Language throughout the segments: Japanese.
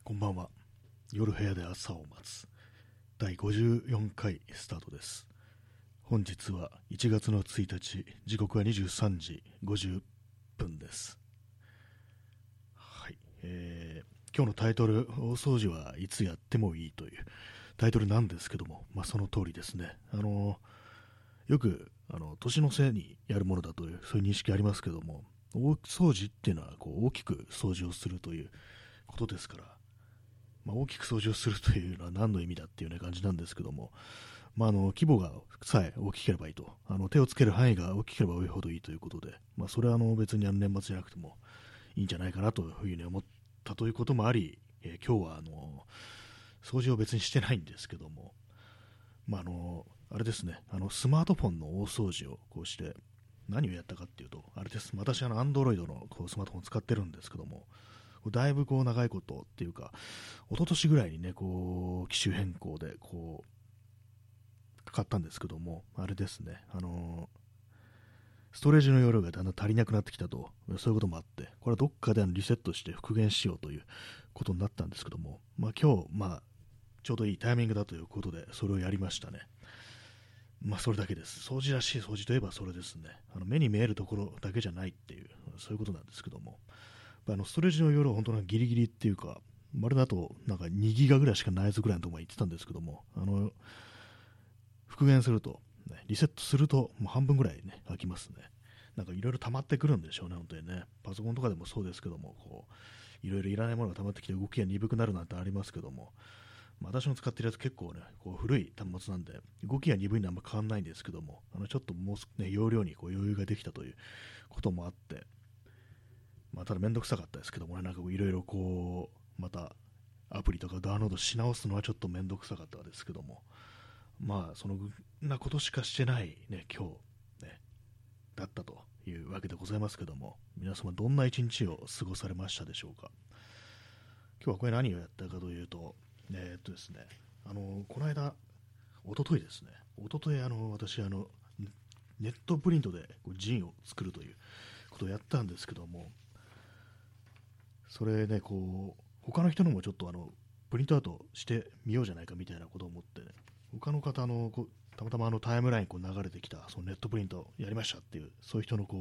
こんばんは。夜部屋で朝を待つ第54回スタートです。本日は1月の1日、時刻は23時50分です。はい、今日のタイトル、大掃除はいつやってもいいというタイトルなんですけども、その通りですね。よく年のせいにやるものだというそういう認識ありますけども、大掃除っていうのは大きく掃除をするということですから、大きく掃除をするというのは何の意味だっていう、感じなんですけども、規模がさえ大きければいいと、手をつける範囲が大きければ多いほどいいということで、それは別に年末じゃなくてもいいんじゃないかなというふうに思ったということもあり、今日は掃除を別にしてないんですけども、あれですね、スマートフォンの大掃除をこうして何をやったかっていうと、あれです、私Android のスマートフォンを使ってるんですけども、だいぶ長いことっていうか、一昨年ぐらいにね、機種変更で買ったんですけども、あれですね、ストレージの容量がだんだん足りなくなってきたと、そういうこともあって、これはどっかでリセットして復元しようということになったんですけども、今日、ちょうどいいタイミングだということで、それをやりましたね。それだけです。掃除らしい掃除といえばそれですね。目に見えるところだけじゃないっていう、そういうことなんですけども、ストレージの容量は本当にギリギリっていうか、まるだと2ギガぐらいしかないぞぐらいのところまで行ってたんですけども、復元すると、リセットするともう半分ぐらいね、空きますね。いろいろ溜まってくるんでしょうね、本当にね。パソコンとかでもそうですけども、いろいろいらないものが溜まってきて動きが鈍くなるなんてありますけども、私の使ってるやつ結構ね、古い端末なんで、動きが鈍いのはあんま変わんないんですけども、ちょっともう、容量に余裕ができたということもあって、ただめんどくさかったですけどもね、いろいろまたアプリとかダウンロードし直すのはちょっとめんどくさかったですけども、そんなことしかしてないね、今日、ね、だったというわけでございますけども、皆様どんな一日を過ごされましたでしょうか。今日はこれ何をやったかというと、ですね、この間、一昨日ですね、一昨日私ネットプリントでジンを作るということをやったんですけども、それね、他の人のもちょっとプリントアウトしてみようじゃないかみたいなことを思ってね、他の方たまたまタイムライン流れてきたそのネットプリントやりましたっていう、そういう人の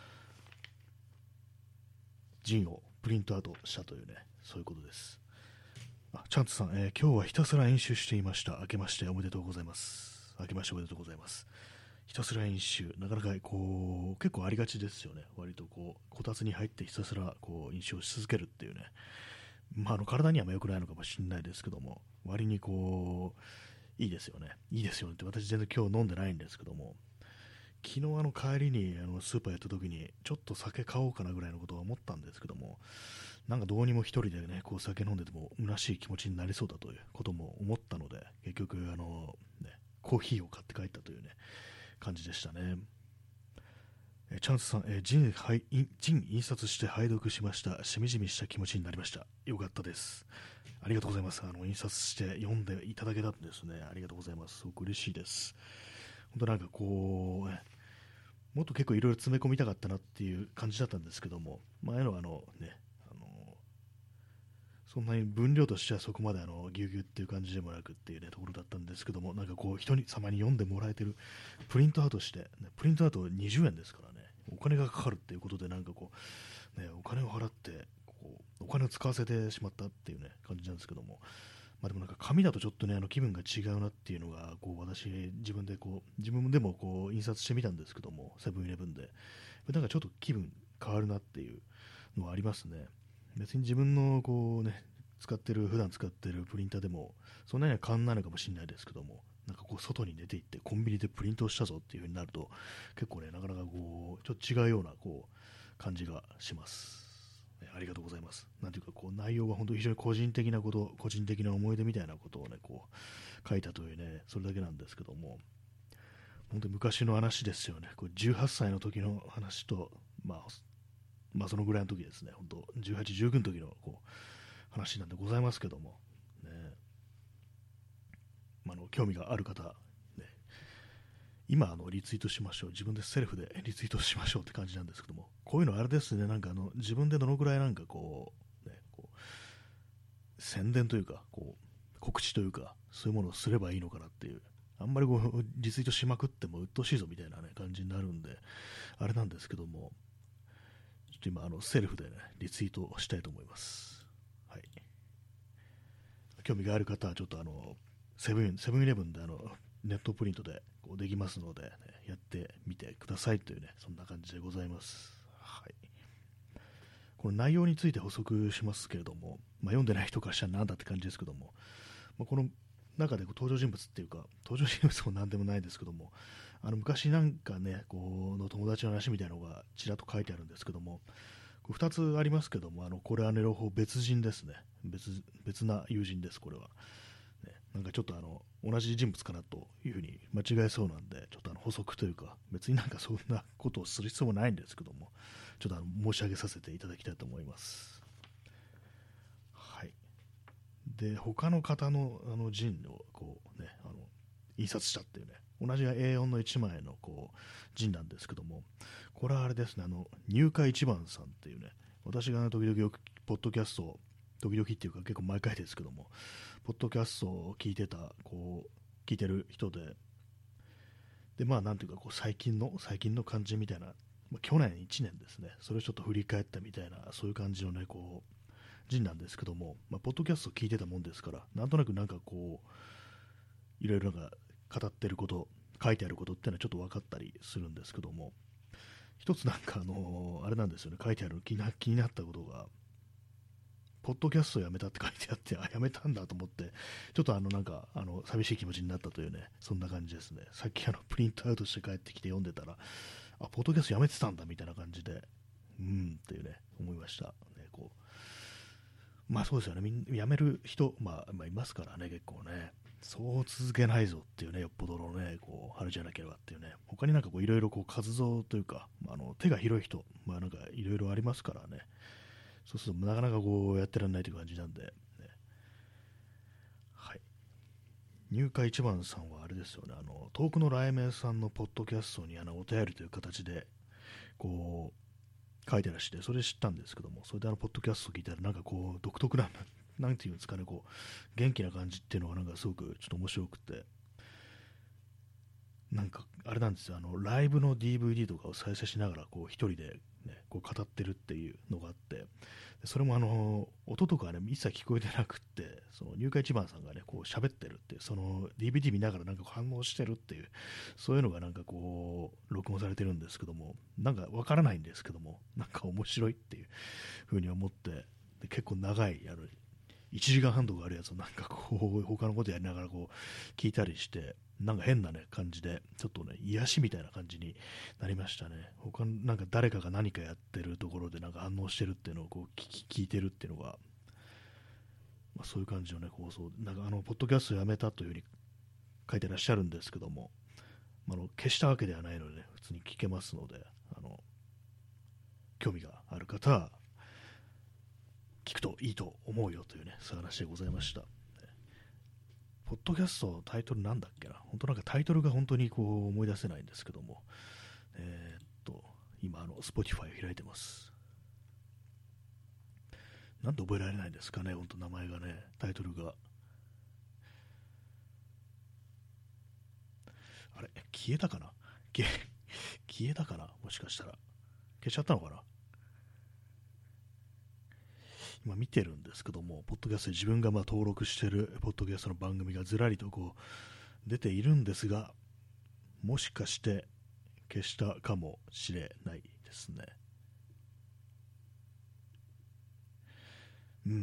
ジンをプリントアウトしたというね、そういうことです。チャンツさん、今日はひたすら演習していました。明けましておめでとうございます。明けましておめでとうございます。ひたすら演習、なかなか結構ありがちですよね。割とこたつに入ってひたすら演習をし続けるっていうね。体には良くないのかもしれないですけども、割にいいですよね。いいですよねって、私全然今日飲んでないんですけども、昨日帰りにスーパーやった時にちょっと酒買おうかなぐらいのことは思ったんですけども、どうにも一人でね酒飲んでても虚しい気持ちになりそうだということも思ったので、結局コーヒーを買って帰ったというね感じでしたね。チャンスさん、ジン印刷して拝読しました。しみじみした気持ちになりました。よかったです。ありがとうございます。印刷して読んでいただけたんですね。ありがとうございます。すごく嬉しいです。本当もっと結構いろいろ詰め込みたかったなっていう感じだったんですけども、前のそんなに分量としてはそこまでぎゅうぎゅうっていう感じでもなくっていうねところだったんですけども、人に様に読んでもらえてる、プリントアウトして、プリントアウト20円ですからね、お金がかかるっていうことでお金を払ってお金を使わせてしまったっていうね感じなんですけども、でも紙だとちょっとね気分が違うなっていうのが私自分でも印刷してみたんですけども、セブンイレブンでちょっと気分変わるなっていうのはありますね。別に自分の普段使ってるプリンターでもそんなには変わんないのかもしれないですけども、外に出て行ってコンビニでプリントをしたぞっていう風になると、結構ねなかなかちょっと違うような感じがします。ありがとうございます。なんていうか内容は本当に非常に個人的なこと、個人的な思い出みたいなことをね書いたというね、それだけなんですけども、本当に昔の話ですよね。18歳の時の話とそのぐらいの時ですね、本当18、19の時の話なんでございますけども、ね、興味がある方、ね、今リツイートしましょう、自分でセルフでリツイートしましょうって感じなんですけども、こういうのあれですね、自分でどのぐらい宣伝というか、こう、告知というか、そういうものをすればいいのかなっていう、あんまりこう、リツイートしまくっても鬱陶しいぞみたいなね、感じになるんで、あれなんですけども、ちょっと今、セルフでね、リツイートをしたいと思います。はい。興味がある方は、ちょっとセブンイレブンでネットプリントでこうできますので、ね、やってみてくださいというね、そんな感じでございます。はい。この内容について補足しますけれども、読んでない人からしたらなんだって感じですけども、この中で登場人物っていうか、登場人物もなんでもないですけども、昔なんかね、この友達の話みたいなのがちらっと書いてあるんですけども、2つありますけども、これはね、両方別人ですね。別な友人です、これは。ね、なんかちょっと同じ人物かなというふうに間違えそうなんで、ちょっと補足というか、別になんかそんなことをする必要もないんですけども、ちょっと申し上げさせていただきたいと思います。はい。で、他の方の人をこうね、印刷したっていうね、同じ A4 の1枚のこう人なんですけども、これはあれですね、入会一番さんっていうね、私が時々よくポッドキャストを、時々っていうか結構毎回ですけども、ポッドキャストを聞いて聞いてる人で、なんていうかこう最近の感じみたいな、去年1年ですね、それをちょっと振り返ったみたいな、そういう感じのね、こう、人なんですけども、ポッドキャストを聞いてたもんですから、なんとなくなんかこう、いろいろなんか語ってること、書いてあることっていうのはちょっと分かったりするんですけども、一つなんかあれなんですよね、書いてある気になったことが、ポッドキャストをやめたって書いてあって、やめたんだと思って、ちょっとなんか、寂しい気持ちになったというね、そんな感じですね。さっきプリントアウトして帰ってきて読んでたら、ポッドキャストやめてたんだみたいな感じで、っていうね、思いました。ね、こうそうですよね、辞める人、いますからね、結構ね、そう続けないぞっていうね、よっぽどのね、こう、あれじゃなければっていうね、他になんかこう、いろいろこう、活動というか、手が広い人、なんかいろいろありますからね、そうするとなかなかこう、やってらんないという感じなんで、ね、はい。入会一番さんはあれですよね、遠くの雷鳴さんのポッドキャストにお便りという形で、こう、書いてらして、それで知ったんですけども、それでポッドキャスト聞いたら、なんかこう、独特な、なんていうんですかね、こう、元気な感じっていうのが、なんかすごくちょっと面白くて、なんか、あれなんですよ、ライブの DVD とかを再生しながら、こう、一人で、ね、こう語ってるっていうのがあって、それも音とかはね、一切聞こえてなくって、その入会一番さんがね、こう喋ってるっていう、その DVD 見ながらなんか反応してるっていう、そういうのがなんかこう、録音されてるんですけども、なんかわからないんですけども、なんか面白いっていうふうに思って、で結構長い、1時間半とかあるやつをなんかこう、他のことやりながらこう、聞いたりして、なんか変なね、感じで、ちょっとね、癒しみたいな感じになりましたね。なんか誰かが何かやってるところでなんか反応してるっていうのをこう聞いてるっていうのが、そういう感じのね、放送、なんかポッドキャストやめたというふうに書いてらっしゃるんですけども、消したわけではないので、ね、普通に聞けますので、興味がある方は、聞くといいと思うよというね、そういう話でございました。ポッドキャストタイトルなんだっけな、本当なんかタイトルが本当にこう思い出せないんですけども、今Spotify を開いてます。なんで覚えられないんですかね、本当名前がね、タイトルが。あれ、消えたかな消えたかな、もしかしたら。消しちゃったのかな。今見てるんですけども、ポッドキャストで自分が登録しているポッドキャストの番組がずらりとこう出ているんですが、もしかして消したかもしれないですね。うん。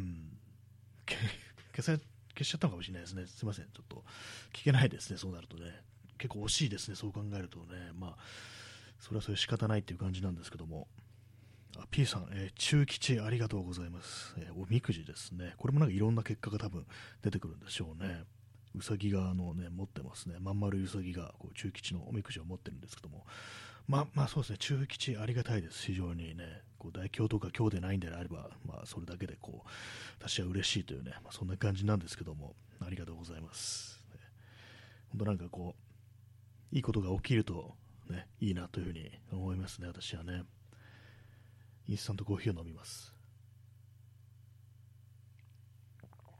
消しちゃったのかもしれないですね。すいません。ちょっと聞けないですね。そうなるとね。結構惜しいですね。そう考えるとね。それはそれ仕方ないっていう感じなんですけども。P さん、中吉ありがとうございます。おみくじですね。これもなんかいろんな結果が多分出てくるんでしょうね。うさぎが持ってますね。まん丸いうさぎがこう中吉のおみくじを持ってるんですけども。そうですね。中吉ありがたいです。非常にね。こう大凶とか凶でないんであれば、それだけでこう、私は嬉しいというね、そんな感じなんですけども、ありがとうございます。本当なんかこう、いいことが起きるとね、いいなというふうに思いますね。私はね。インスタントコーヒーを飲みます。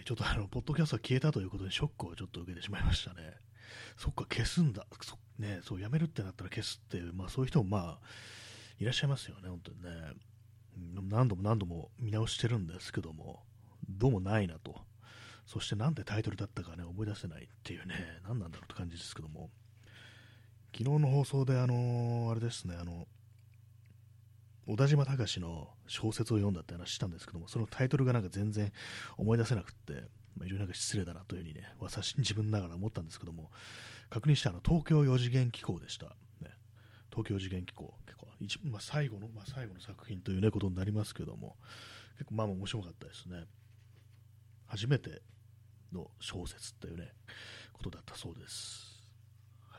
ちょっとポッドキャストが消えたということでショックをちょっと受けてしまいましたね。そっか、消すんだ。ね、そう、やめるってなったら消すっていう、まあそういう人もまあ、いらっしゃいますよね、本当にね。何度も何度も見直してるんですけども、どうもないなと。そしてなんでタイトルだったかね、思い出せないっていうね、何なんだろうって感じですけども、昨日の放送であれですね、小田島隆の小説を読んだって話したんですけども、そのタイトルがなんか全然思い出せなくって、非常になんか失礼だなというふうにね、自分ながら思ったんですけども、確認した東京四次元機構でした。ね、東京四次元機構、結構最後の作品という、ね、ことになりますけども、結構まあ面白かったですね。初めての小説というね、ことだったそうです。はい。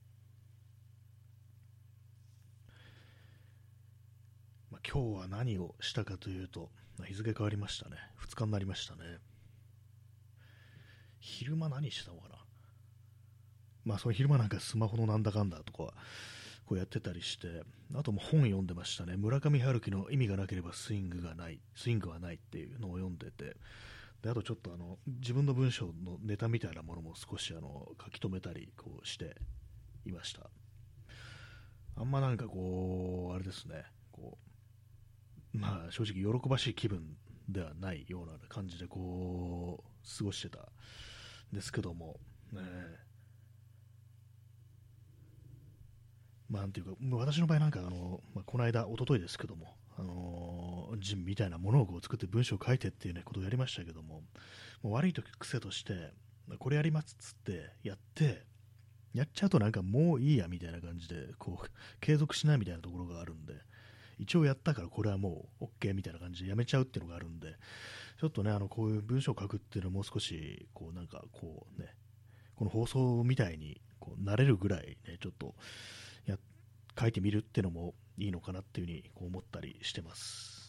今日は何をしたかというと、日付変わりましたね。2日になりましたね。昼間何してたのかな。その昼間なんかスマホのなんだかんだとかこうやってたりして、あとも本読んでましたね。村上春樹の意味がなければスイングはないっていうのを読んでて、であとちょっと自分の文章のネタみたいなものも少し書き留めたりこうしていました。あんまなんかこうあれですね、こう正直喜ばしい気分ではないような感じでこう過ごしてたんですけどもね。なんていうか、私の場合なんかこの間、一昨日ですけども、ジムみたいなものをこう作って文章を書いてっていう、ね、ことをやりましたけども、もう悪い時癖として、これやりますっつってやっちゃうとなんかもういいやみたいな感じでこう継続しないみたいなところがあるんで、一応やったからこれはもう OK みたいな感じでやめちゃうっていうのがあるんで、ちょっとねこういう文章を書くっていうのをもう少しこうなんかこうね、この放送みたいにこう慣れるぐらいね、ちょっとや書いてみるっていうのもいいのかなっていうふうにこう思ったりしてます、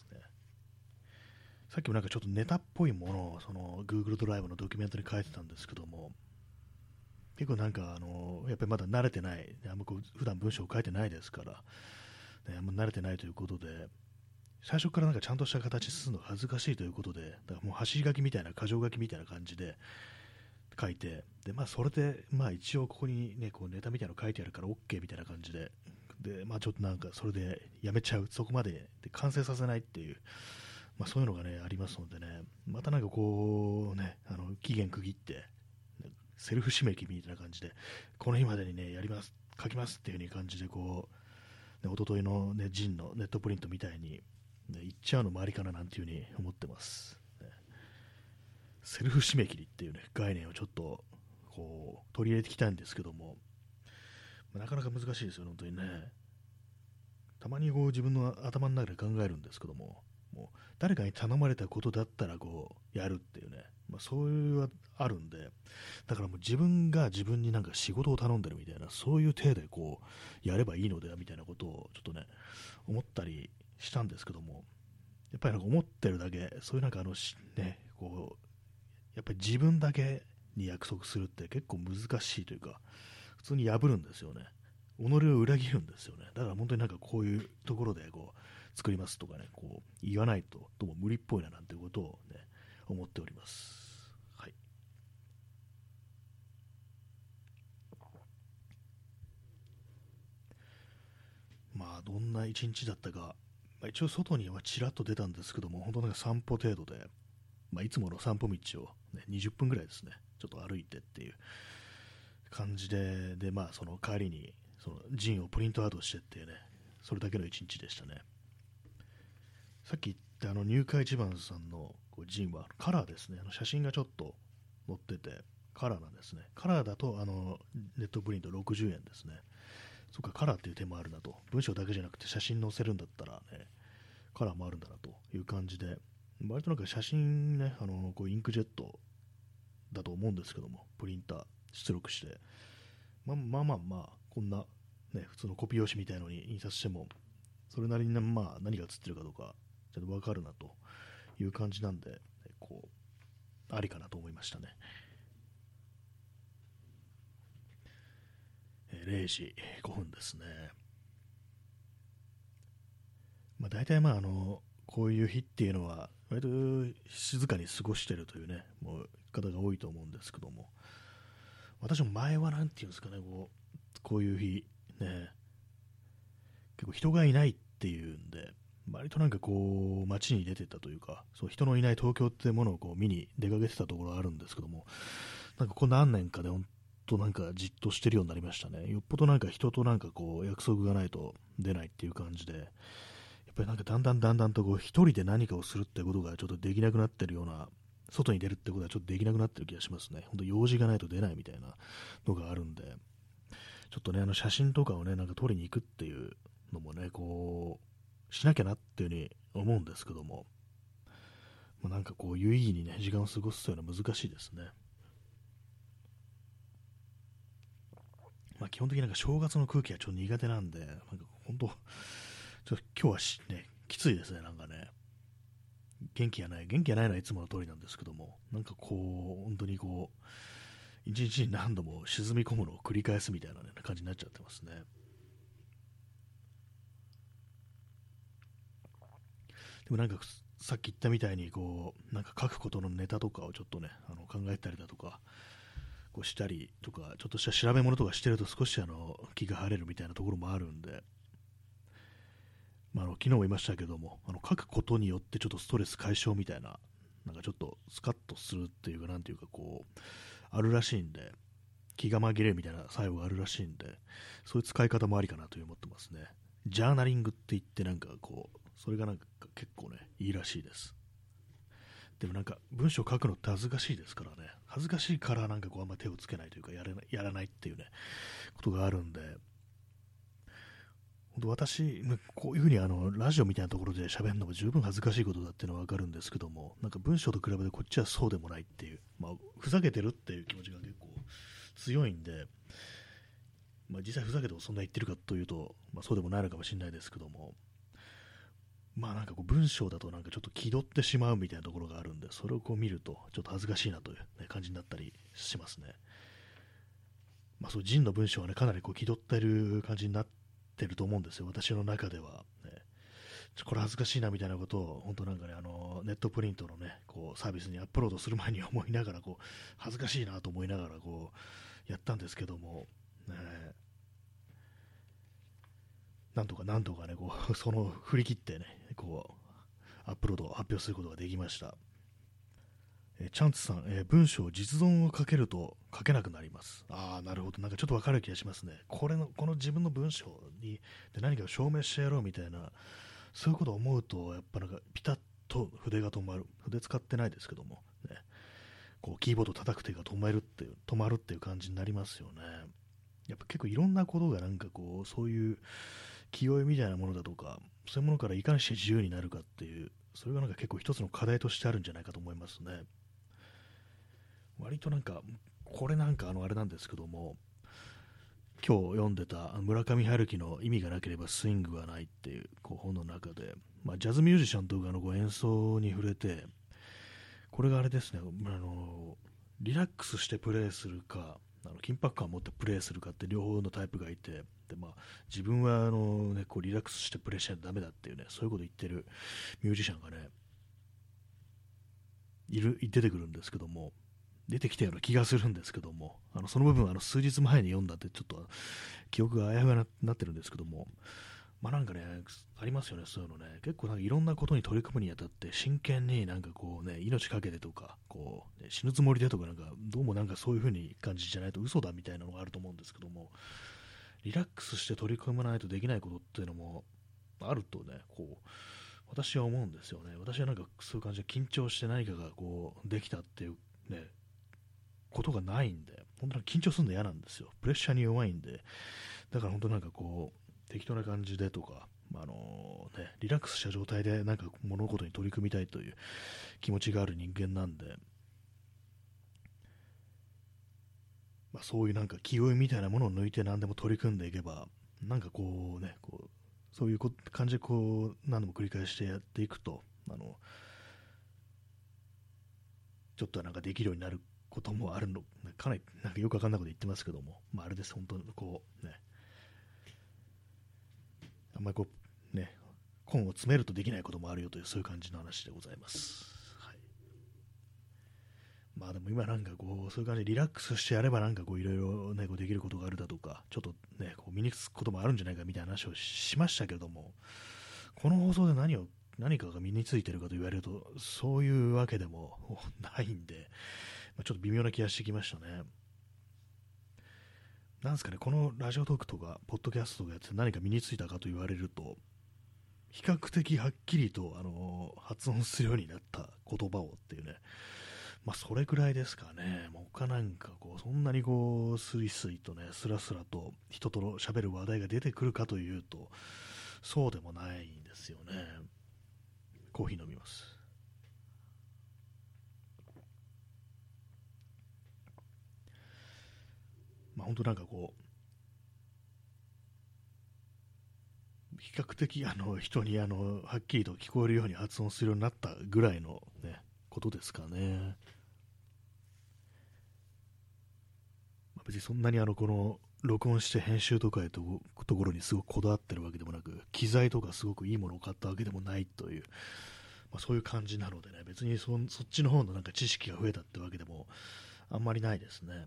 ね。さっきもなんかちょっとネタっぽいものをその Google ドライブのドキュメントに書いてたんですけども、結構なんかやっぱりまだ慣れてない、あんまこう普段文章を書いてないですから、ね、あんま慣れてないということで、最初からなんかちゃんとした形にするのが恥ずかしいということで、だからもう走り書きみたいな、箇条書きみたいな感じで書いて、でそれで一応ここにね、こうネタみたいなの書いてあるから OK みたいな感じで、ちょっとなんかそれでやめちゃう、そこまで完成させないっていう、そういうのがねありますのでね、またなんかこうね、期限区切ってセルフ締め切りみたいな感じで、この日までにね書きますっていう風に感じでこう、ね、一昨日のねジンのネットプリントみたいに、ね、言っちゃうのもありかななんていう風に思ってます、ね。セルフ締め切りっていうね概念をちょっとこう取り入れていきたいんですけども、なかなか難しいですよね、本当にね。たまにこう自分の頭の中で考えるんですけども、もう誰かに頼まれたことだったらこうやるっていうね、そういうはあるんで、だからもう自分が自分になんか仕事を頼んでるみたいな、そういう体でこうやればいいのではみたいなことをちょっとね思ったりしたんですけども、やっぱりなんか思ってるだけ、そういうなんかね、こうやっぱり自分だけに約束するって結構難しいというか、普通に破るんですよね。己を裏切るんですよね。だから本当になんかこういうところでこう作りますとかね、こう言わないとどうも無理っぽいななんてことをね思っております。はい。どんな一日だったか、一応外にはちらっと出たんですけども、本当なんか散歩程度で、いつもの散歩道を、ね、20分ぐらいですね、ちょっと歩いてっていう感じで、その帰りにそのジンをプリントアウトしてっていうね、それだけの一日でしたね。さっき言った入会一番さんのこうジンはカラーですね。写真がちょっと載っててカラーなんですね。カラーだとネットプリント60円ですね。そっか、カラーっていう手もあるなと。文章だけじゃなくて写真載せるんだったらね、カラーもあるんだなという感じで、割となんか写真ね、こうインクジェットだと思うんですけども、プリンター出力して、こんな、ね、普通のコピー用紙みたいのに印刷しても、それなりに、何が写ってるかどうか、ちょっと分かるなという感じなんで、こう、ありかなと思いましたね。0時5分ですね。大体こういう日っていうのは割と静かに過ごしてるというね、もう方が多いと思うんですけども、私も前はなんていうんですかね、こういう日、ね、結構人がいないっていうんで、割となんかこう街に出てたというか、そう人のいない東京ってものをこう見に出かけてたところがあるんですけども、なんかこう何年かで本当なんかじっとしてるようになりましたね。よっぽどなんか人となんかこう約束がないと出ないっていう感じで、やっぱりなんかだんだんとこう一人で何かをするってことがちょっとできなくなってるような、外に出るってことはちょっとできなくなってる気がしますね。本当用事がないと出ないみたいなのがあるんで、ちょっとね、写真とかをね、なんか撮りに行くっていうのもね、こう、しなきゃなっていうふうに思うんですけども、なんかこう、有意義にね、時間を過ごすというのは難しいですね。基本的になんか正月の空気はちょっと苦手なんで、なんか本当、今日はね、きついですね、なんかね。元気がないのはいつもの通りなんですけども、なんかこう、本当にこう、一日に何度も沈み込むのを繰り返すみたいな、ね、感じになっちゃってますね。でもなんかさっき言ったみたいにこうなんか書くことのネタとかをちょっとね考えたりだとかこうしたりとかちょっとした調べ物とかしてると少し気が晴れるみたいなところもあるんで、昨日も言いましたけども書くことによってちょっとストレス解消みたいななんかちょっとスカッとするっていうかなんていうかこうあるらしいんで気が紛れるみたいな作用があるらしいんでそういう使い方もありかなと思ってますね。ジャーナリングって言ってなんかこうそれがなんか結構ねいいらしいです。でもなんか文章を書くのって恥ずかしいですからね。恥ずかしいからなんかこうあんま手をつけないというかやらないっていうね、ことがあるんで、本当私、こういうふうにラジオみたいなところで喋るのも十分恥ずかしいことだっていうのはわかるんですけども、なんか文章と比べてこっちはそうでもないっていう、ふざけてるっていう気持ちが結構強いんで、実際ふざけてもそんな言ってるかというと、そうでもないのかもしれないですけども、なんかこう文章だとなんかちょっと気取ってしまうみたいなところがあるんで、それをこう見るとちょっと恥ずかしいなという、ね、感じになったりしますね。そうジンの文章はねかなりこう気取ってる感じになってると思うんですよ、私の中では、ね。これ恥ずかしいなみたいなことを本当なんかねネットプリントのねこうサービスにアップロードする前に思いながらこう恥ずかしいなと思いながらこうやったんですけども、ね、なんとかねこうその振り切ってねこうアップロードを発表することができました。チャンツさん、文章、実存を書けると書けなくなります。ああ、なるほど。なんかちょっとわかる気がしますね。この自分の文章にで何かを証明してやろうみたいな、そういうことを思うと、やっぱなんかピタッと筆が止まる。筆使ってないですけども、ね、こうキーボード叩く手が止まるっていう感じになりますよね。やっぱ結構いろんなことがなんかこう、そういう気負いみたいなものだとか、そういうものからいかにして自由になるかっていう、それがなんか結構一つの課題としてあるんじゃないかと思いますね。割となんか、これなんかあれなんですけども、今日読んでた村上春樹の意味がなければスイングはないっていうこう本の中で、ジャズミュージシャンとかのこう演奏に触れて、これがあれですね、リラックスしてプレイするか、緊迫感を持ってプレイするかって両方のタイプがいて、で自分はこうリラックスしてプレイしちゃダメだっていうね、そういうこと言ってるミュージシャンがね、出てくるんですけども、出てきたような気がするんですけども、その部分数日前に読んだってちょっと記憶があやふやになってるんですけども、なんかね、ありますよね、そういうのね。結構なんかいろんなことに取り組むにあたって真剣になんかこうね、命かけてとか、こう、ね、死ぬつもりでとかなんか、どうもなんかそういう風に感じじゃないと嘘だみたいなのがあると思うんですけども、リラックスして取り組まないとできないことっていうのもあるとね、こう、私は思うんですよね。私はなんかそういう感じで緊張して何かがこう、できたっていうね、ことがないんで、本当に緊張するの嫌なんですよ。プレッシャーに弱いんで、だから本当なんかこう、適当な感じでとか、リラックスした状態でなんか物事に取り組みたいという気持ちがある人間なんで、そういうなんか気負いみたいなものを抜いて何でも取り組んでいけば、なんかこうね、そういう感じでこう何度も繰り返してやっていくと、ちょっとなんかできるようになることもあるの、かなりなんかよくわかんないこと言ってますけども、あれです、本当にこうね、あんまりこうね、 本を詰めるとできないこともあるよという、そういう感じの話でございます。はい、まあでも今なんかこう、そういう感じでリラックスしてやればなんかこういろいろね、こうできることがあるだとか、ちょっとね、こう身につくこともあるんじゃないかみたいな話をしましたけれども、この放送で何かが身についてるかと言われると、そういうわけでもないんで、ちょっと微妙な気がしてきましたね。なんですかね、このラジオトークとか、ポッドキャストとかやって何か身についたかと言われると、比較的はっきりと、発音するようになった言葉をっていうね、まあそれくらいですかね。もう他なんかこう、そんなにこう、スイスイとね、スラスラと人と喋る話題が出てくるかというと、そうでもないんですよね。コーヒー飲みます。まあ本当なんかこう、比較的人にはっきりと聞こえるように発音するようになったぐらいの、ね、ことですかね。まあ、別にそんなにこの録音して編集とかいうところにすごくこだわってるわけでもなく、機材とかすごくいいものを買ったわけでもないという、まあ、そういう感じなのでね、別にそっちの方のなんか知識が増えたってわけでもあんまりないですね。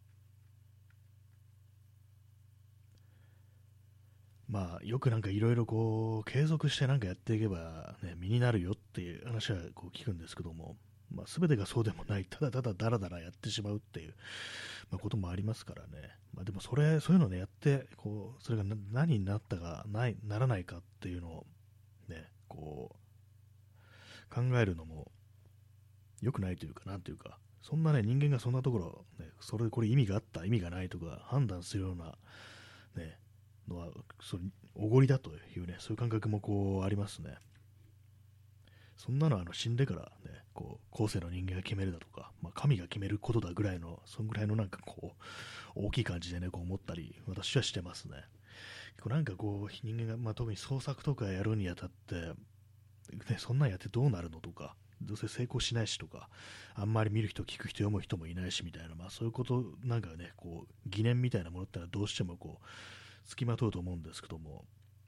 まあ、よくなんかいろいろこう、継続してなんかやっていけばね、身になるよっていう話はこう聞くんですけども、まあ、全てがそうでもない、ただただダラダラやってしまうっていう、まあ、こともありますからね。まあ、でもそういうのね、やって、こう、それが何になったか、ならないかっていうのをね、こう、考えるのも良くないというか、なんていうか、そんなね、人間がそんなところ、ね、これ意味があった、意味がないとか判断するような、ね、のは、おごりだというね、そういう感覚もこうありますね。そんなのは死んでからね、こう後世の人間が決めるだとか、まあ、神が決めることだぐらいの、そんぐらいのなんかこう、大きい感じでね、こう思ったり、私はしてますね。なんかこう、人間が、まあ、特に創作とかやるにあたって、ね、そんなんやってどうなるのとか、どうせ成功しないしとか、あんまり見る人、聞く人、読む人もいないしみたいな、まあ、そういうことなんかね、こう疑念みたいなものってのはどうしてもこうつきまとうと思うんですけども、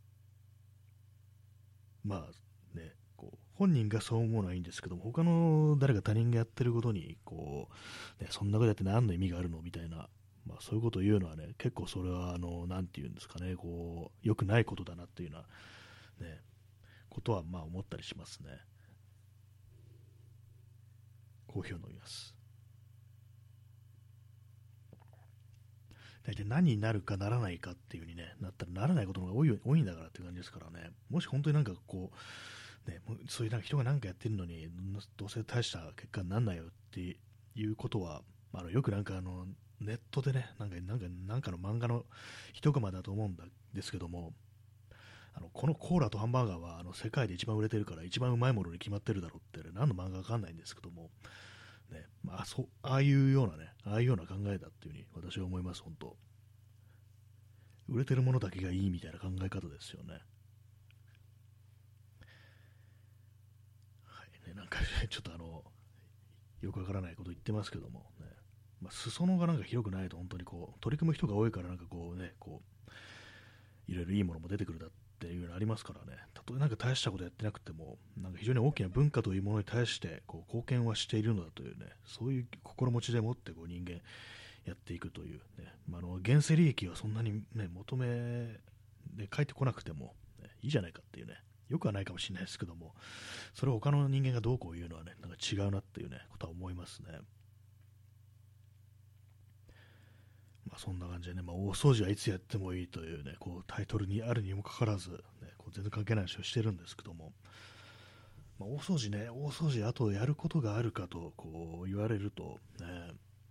まあね、こう本人がそう思うのはいいんですけども、他の誰か他人がやってることにこう、ね、そんなことやって何の意味があるのみたいな、まあ、そういうことを言うのはね、結構それはなんて言うんですかね、こう良くないことだなっていうような、ね、ことはまあ思ったりしますね。コーヒーを飲みます。大体何になるかならないかっていう風に、ね、なったらならないことの方が多いんだからっていう感じですからね。もし本当になんかこう、ね、そういうなんか人が何かやってるのにどうせ大した結果にならないよっていうことは、よくなんかネットでね、なんかの漫画の一コマだと思うんですけども、このコーラとハンバーガーは世界で一番売れてるから一番うまいものに決まってるだろうって、ね、何の漫画かわかんないんですけども、ね、ああいうようなね、ああいうような考えだっていうふうに私は思います、本当。売れてるものだけがいいみたいな考え方ですよね。はいね、なんかちょっとよくわからないこと言ってますけどもね、まあ、裾野がなんか広くないと本当にこう取り組む人が多いからなんかこうね、こういろいろいいものも出てくるだっていうのありますからね。たとえなんか大したことやってなくても、なんか非常に大きな文化というものに対してこう貢献はしているのだというね、そういう心持ちでもってこう人間やっていくというね、現世利益はそんなにね、求め、ね、返ってこなくても、ね、いいじゃないかっていうね、よくはないかもしれないですけども、それを他の人間がどうこう言うのはね、なんか違うなっていうね、ことは思いますね。まあそんな感じでね、まあ大掃除はいつやってもいいというね、こうタイトルにあるにもかかわらず、ね、こう全然関係ない話をしてるんですけども、まあ、大掃除あとやることがあるかとこう言われると、ね、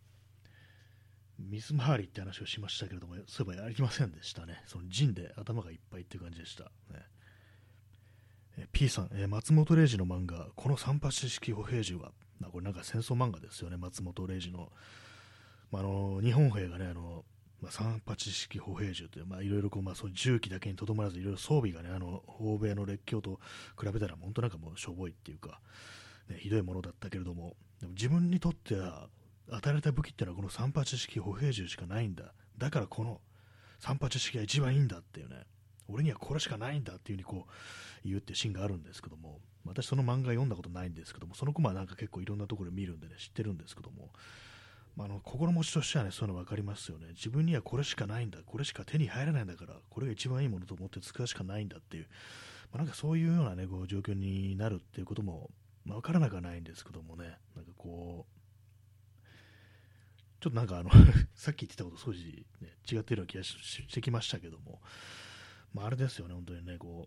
水回りって話をしましたけれども、そういえばやりませんでしたね。そのジンで頭がいっぱいっていう感じでした。ね、P さん、松本零士の漫画、この三八式歩兵銃は、これなんか戦争漫画ですよね、松本零士の。日本兵がね、三八式歩兵銃という、いろいろこう、そういう銃器だけにとどまらず、いろいろ装備がね、欧米の列強と比べたら、本当なんかもうしょぼいっていうか、ね、ひどいものだったけれども、でも自分にとっては、与えられた武器ってのはこの三八式歩兵銃しかないんだ。だからこの三八式が一番いいんだっていうね、 俺にはこれしかないんだっていう風にこう言うってシーンがあるんですけども、私その漫画読んだことないんですけども、そのコマはなんか結構いろんなところで見るんでね、知ってるんですけども、心持ちとしてはね、そういうの分かりますよね。自分にはこれしかないんだ、これしか手に入らないんだから、これが一番いいものと思って使うしかないんだっていう、なんかそういうようなね、こう状況になるっていうことも、分からなくはないんですけどもね、なんかこう、ちょっとなんかさっき言ってたこと少し、ね、違ってるような気がしてきましたけども、あれですよね、本当にね、こ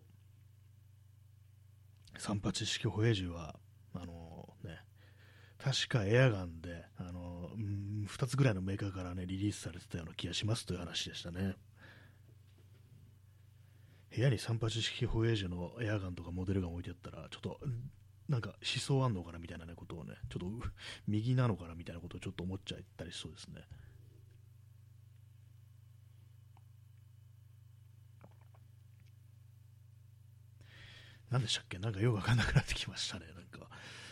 う、38式歩兵銃は、ね、確かエアガンで、2つぐらいのメーカーからね、リリースされてたような気がしますという話でしたね。部屋に38式歩兵銃のエアガンとかモデルガン置いてあったら、ちょっと、なんか思想あんのかなみたいな、ね、ことをね、ちょっと右なのかなみたいなことをちょっと思っちゃったりしそうですね。何でしたっけ、なんかよくわかんなくなってきましたね。なんか、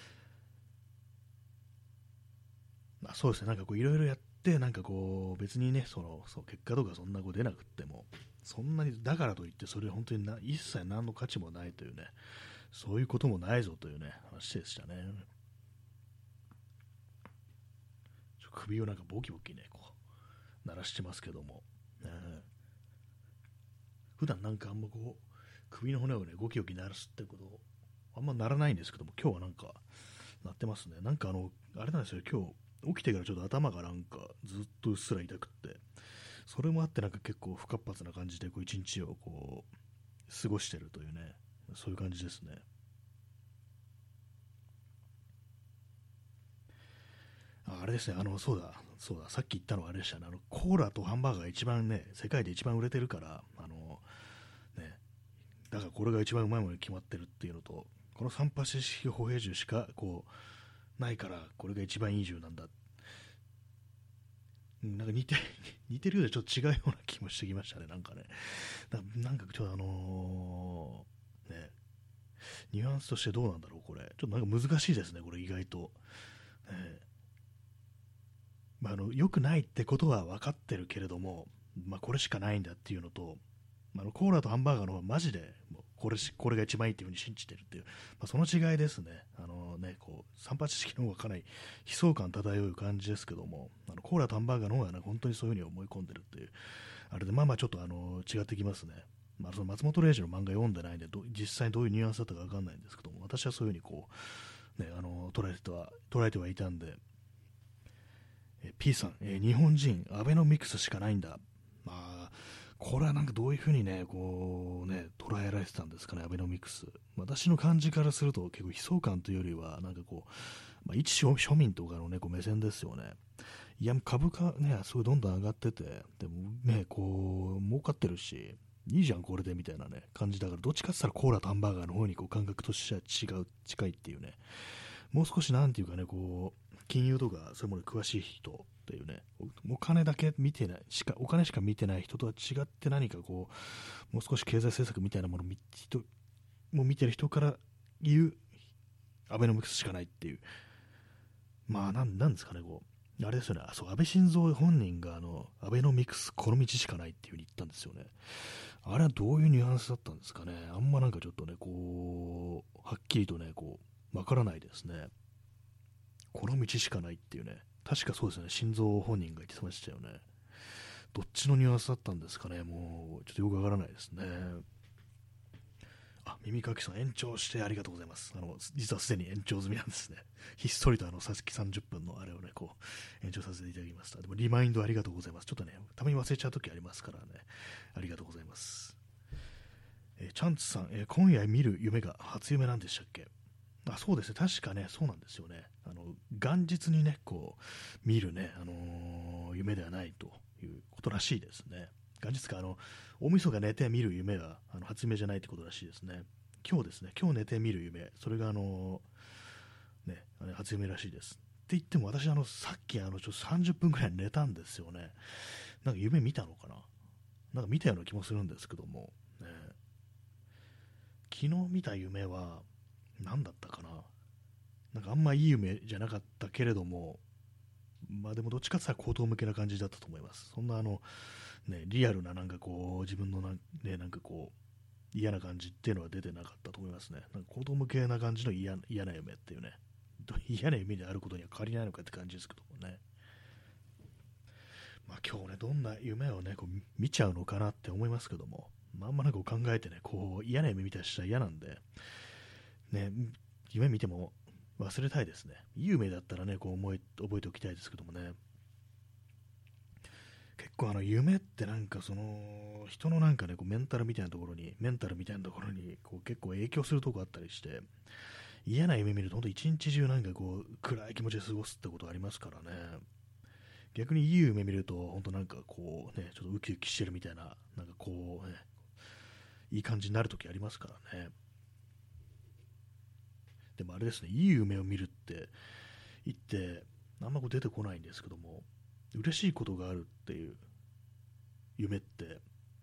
そうですね、なんかこういろいろやって、なんかこう別にね、そう結果とかそんなこう出なくっても、そんなにだからといってそれ本当に一切何の価値もないというね、そういうこともないぞというね、話でしたね。首をなんかボキボキね、こう、鳴らしてますけども、普段なんかあんまこう、首の骨をね、ゴキゴキ鳴らすってこと、あんまならないんですけども、今日はなんか、鳴ってますね。なんかあれなんですよ、今日、起きてからちょっと頭がなんかずっとうっすら痛くって、それもあってなんか結構不活発な感じでこう一日をこう過ごしてるというね、そういう感じですね。あれですね、そうだ、さっき言ったのはあれでしたね、コーラとハンバーガーが一番ね、世界で一番売れてるから、ね、だからこれが一番うまいものに決まってるっていうのと、この三八式歩兵銃しかこうないから、これが一番いい銃なんだ。なんか似てるようでちょっと違うような気もしてきましたね、なんかね。なんかちょっとね、ニュアンスとしてどうなんだろう、これ。ちょっとなんか難しいですね、これ意外と。え良くないってことは分かってるけれども、これしかないんだっていうのと、コーラとハンバーガーの方はマジでもうこれが一番いいっていうふうに信じてるっていう、その違いですね。こう38式の方がかなり悲壮感漂う感じですけども、コーラとハンバーガーの方が、本当にそういうふうに思い込んでるっていう、あれでちょっと違ってきますね。その松本零士の漫画読んでないんで実際にどういうニュアンスだったか分かんないんですけども、私はそういうふうにこう、ね、捉えてはいたんで、P さん、日本人、アベノミクスしかないんだ。これはなんかどういうふうにね、こうね、捉えられてたんですかね、アベノミクス。私の感じからすると、結構悲壮感というよりは、なんかこう、一庶民とかのね、こう目線ですよね。いや、株価ね、すごいどんどん上がってて、でもね、こう、儲かってるし、いいじゃん、これでみたいなね、感じだから、どっちかって言ったらコーラとハンバーガーの方にこう感覚としては近いっていうね、もう少しなんていうかね、こう、金融とかそういうものに詳しい人っていうね、お金だけ見てない、お金しか見てない人とは違って何かこう、もう少し経済政策みたいなものを見てる人から言う、アベノミクスしかないっていう、なんですかね、こう、あれですよね、そう、安倍晋三本人がアベノミクスこの道しかないっていう風に言ったんですよね。あれはどういうニュアンスだったんですかね。あんまなんかちょっとね、こう、はっきりとね、こう、わからないですね。この道しかないっていうね。確かそうですね、心臓本人が言ってましたよね。どっちのニュアンスだったんですかね。もう、ちょっとよくわからないですね。耳かきさん延長してありがとうございます。実はすでに延長済みなんですね。ひっそりとさっき30分のあれをね、こう、延長させていただきました。でもリマインドありがとうございます。ちょっとね、たまに忘れちゃう時ありますからね。ありがとうございます。チャンツさん、今夜見る夢が初夢なんでしたっけ。そうですね、確かね、そうなんですよね。元日にね、こう、見るね、夢ではないということらしいですね。元日か、大晦日寝て見る夢は、初夢じゃないってことらしいですね。今日ですね、今日寝て見る夢、それが初夢らしいです。って言っても、私、さっき、ちょっと30分くらい寝たんですよね。なんか夢見たのかな。なんか見たような気もするんですけども、ね、昨日見た夢は、何だったかな。なんかあんまいい夢じゃなかったけれども、 まあでもどっちかって言ったら口頭向けな感じだったと思います。そんなリアルななんかこう、自分のなんかこう、嫌な感じっていうのは出てなかったと思いますね。なんか口頭向けな感じの嫌な夢っていうね、嫌な夢であることには変わりないのかって感じですけどもね。まあ今日ね、どんな夢をね、こう見ちゃうのかなって思いますけども、まあ、あんまなんか考えてね、こう嫌な夢見たりしたら嫌なんで、ね、夢見ても忘れたいですね。いい夢だったらね、こう覚えておきたいですけどもね。結構夢ってなんかその人のなんかね、こうメンタルみたいなところにこう結構影響するとこあったりして、嫌な夢見ると本当一日中なんかこう暗い気持ちで過ごすってことありますからね。逆にいい夢見ると本当なんかこうね、ちょっとウキウキしてるみたいな、なんかこうね、いい感じになるときありますからね。でもあれですね、いい夢を見るって言ってあんまこう出てこないんですけども、嬉しいことがあるっていう夢って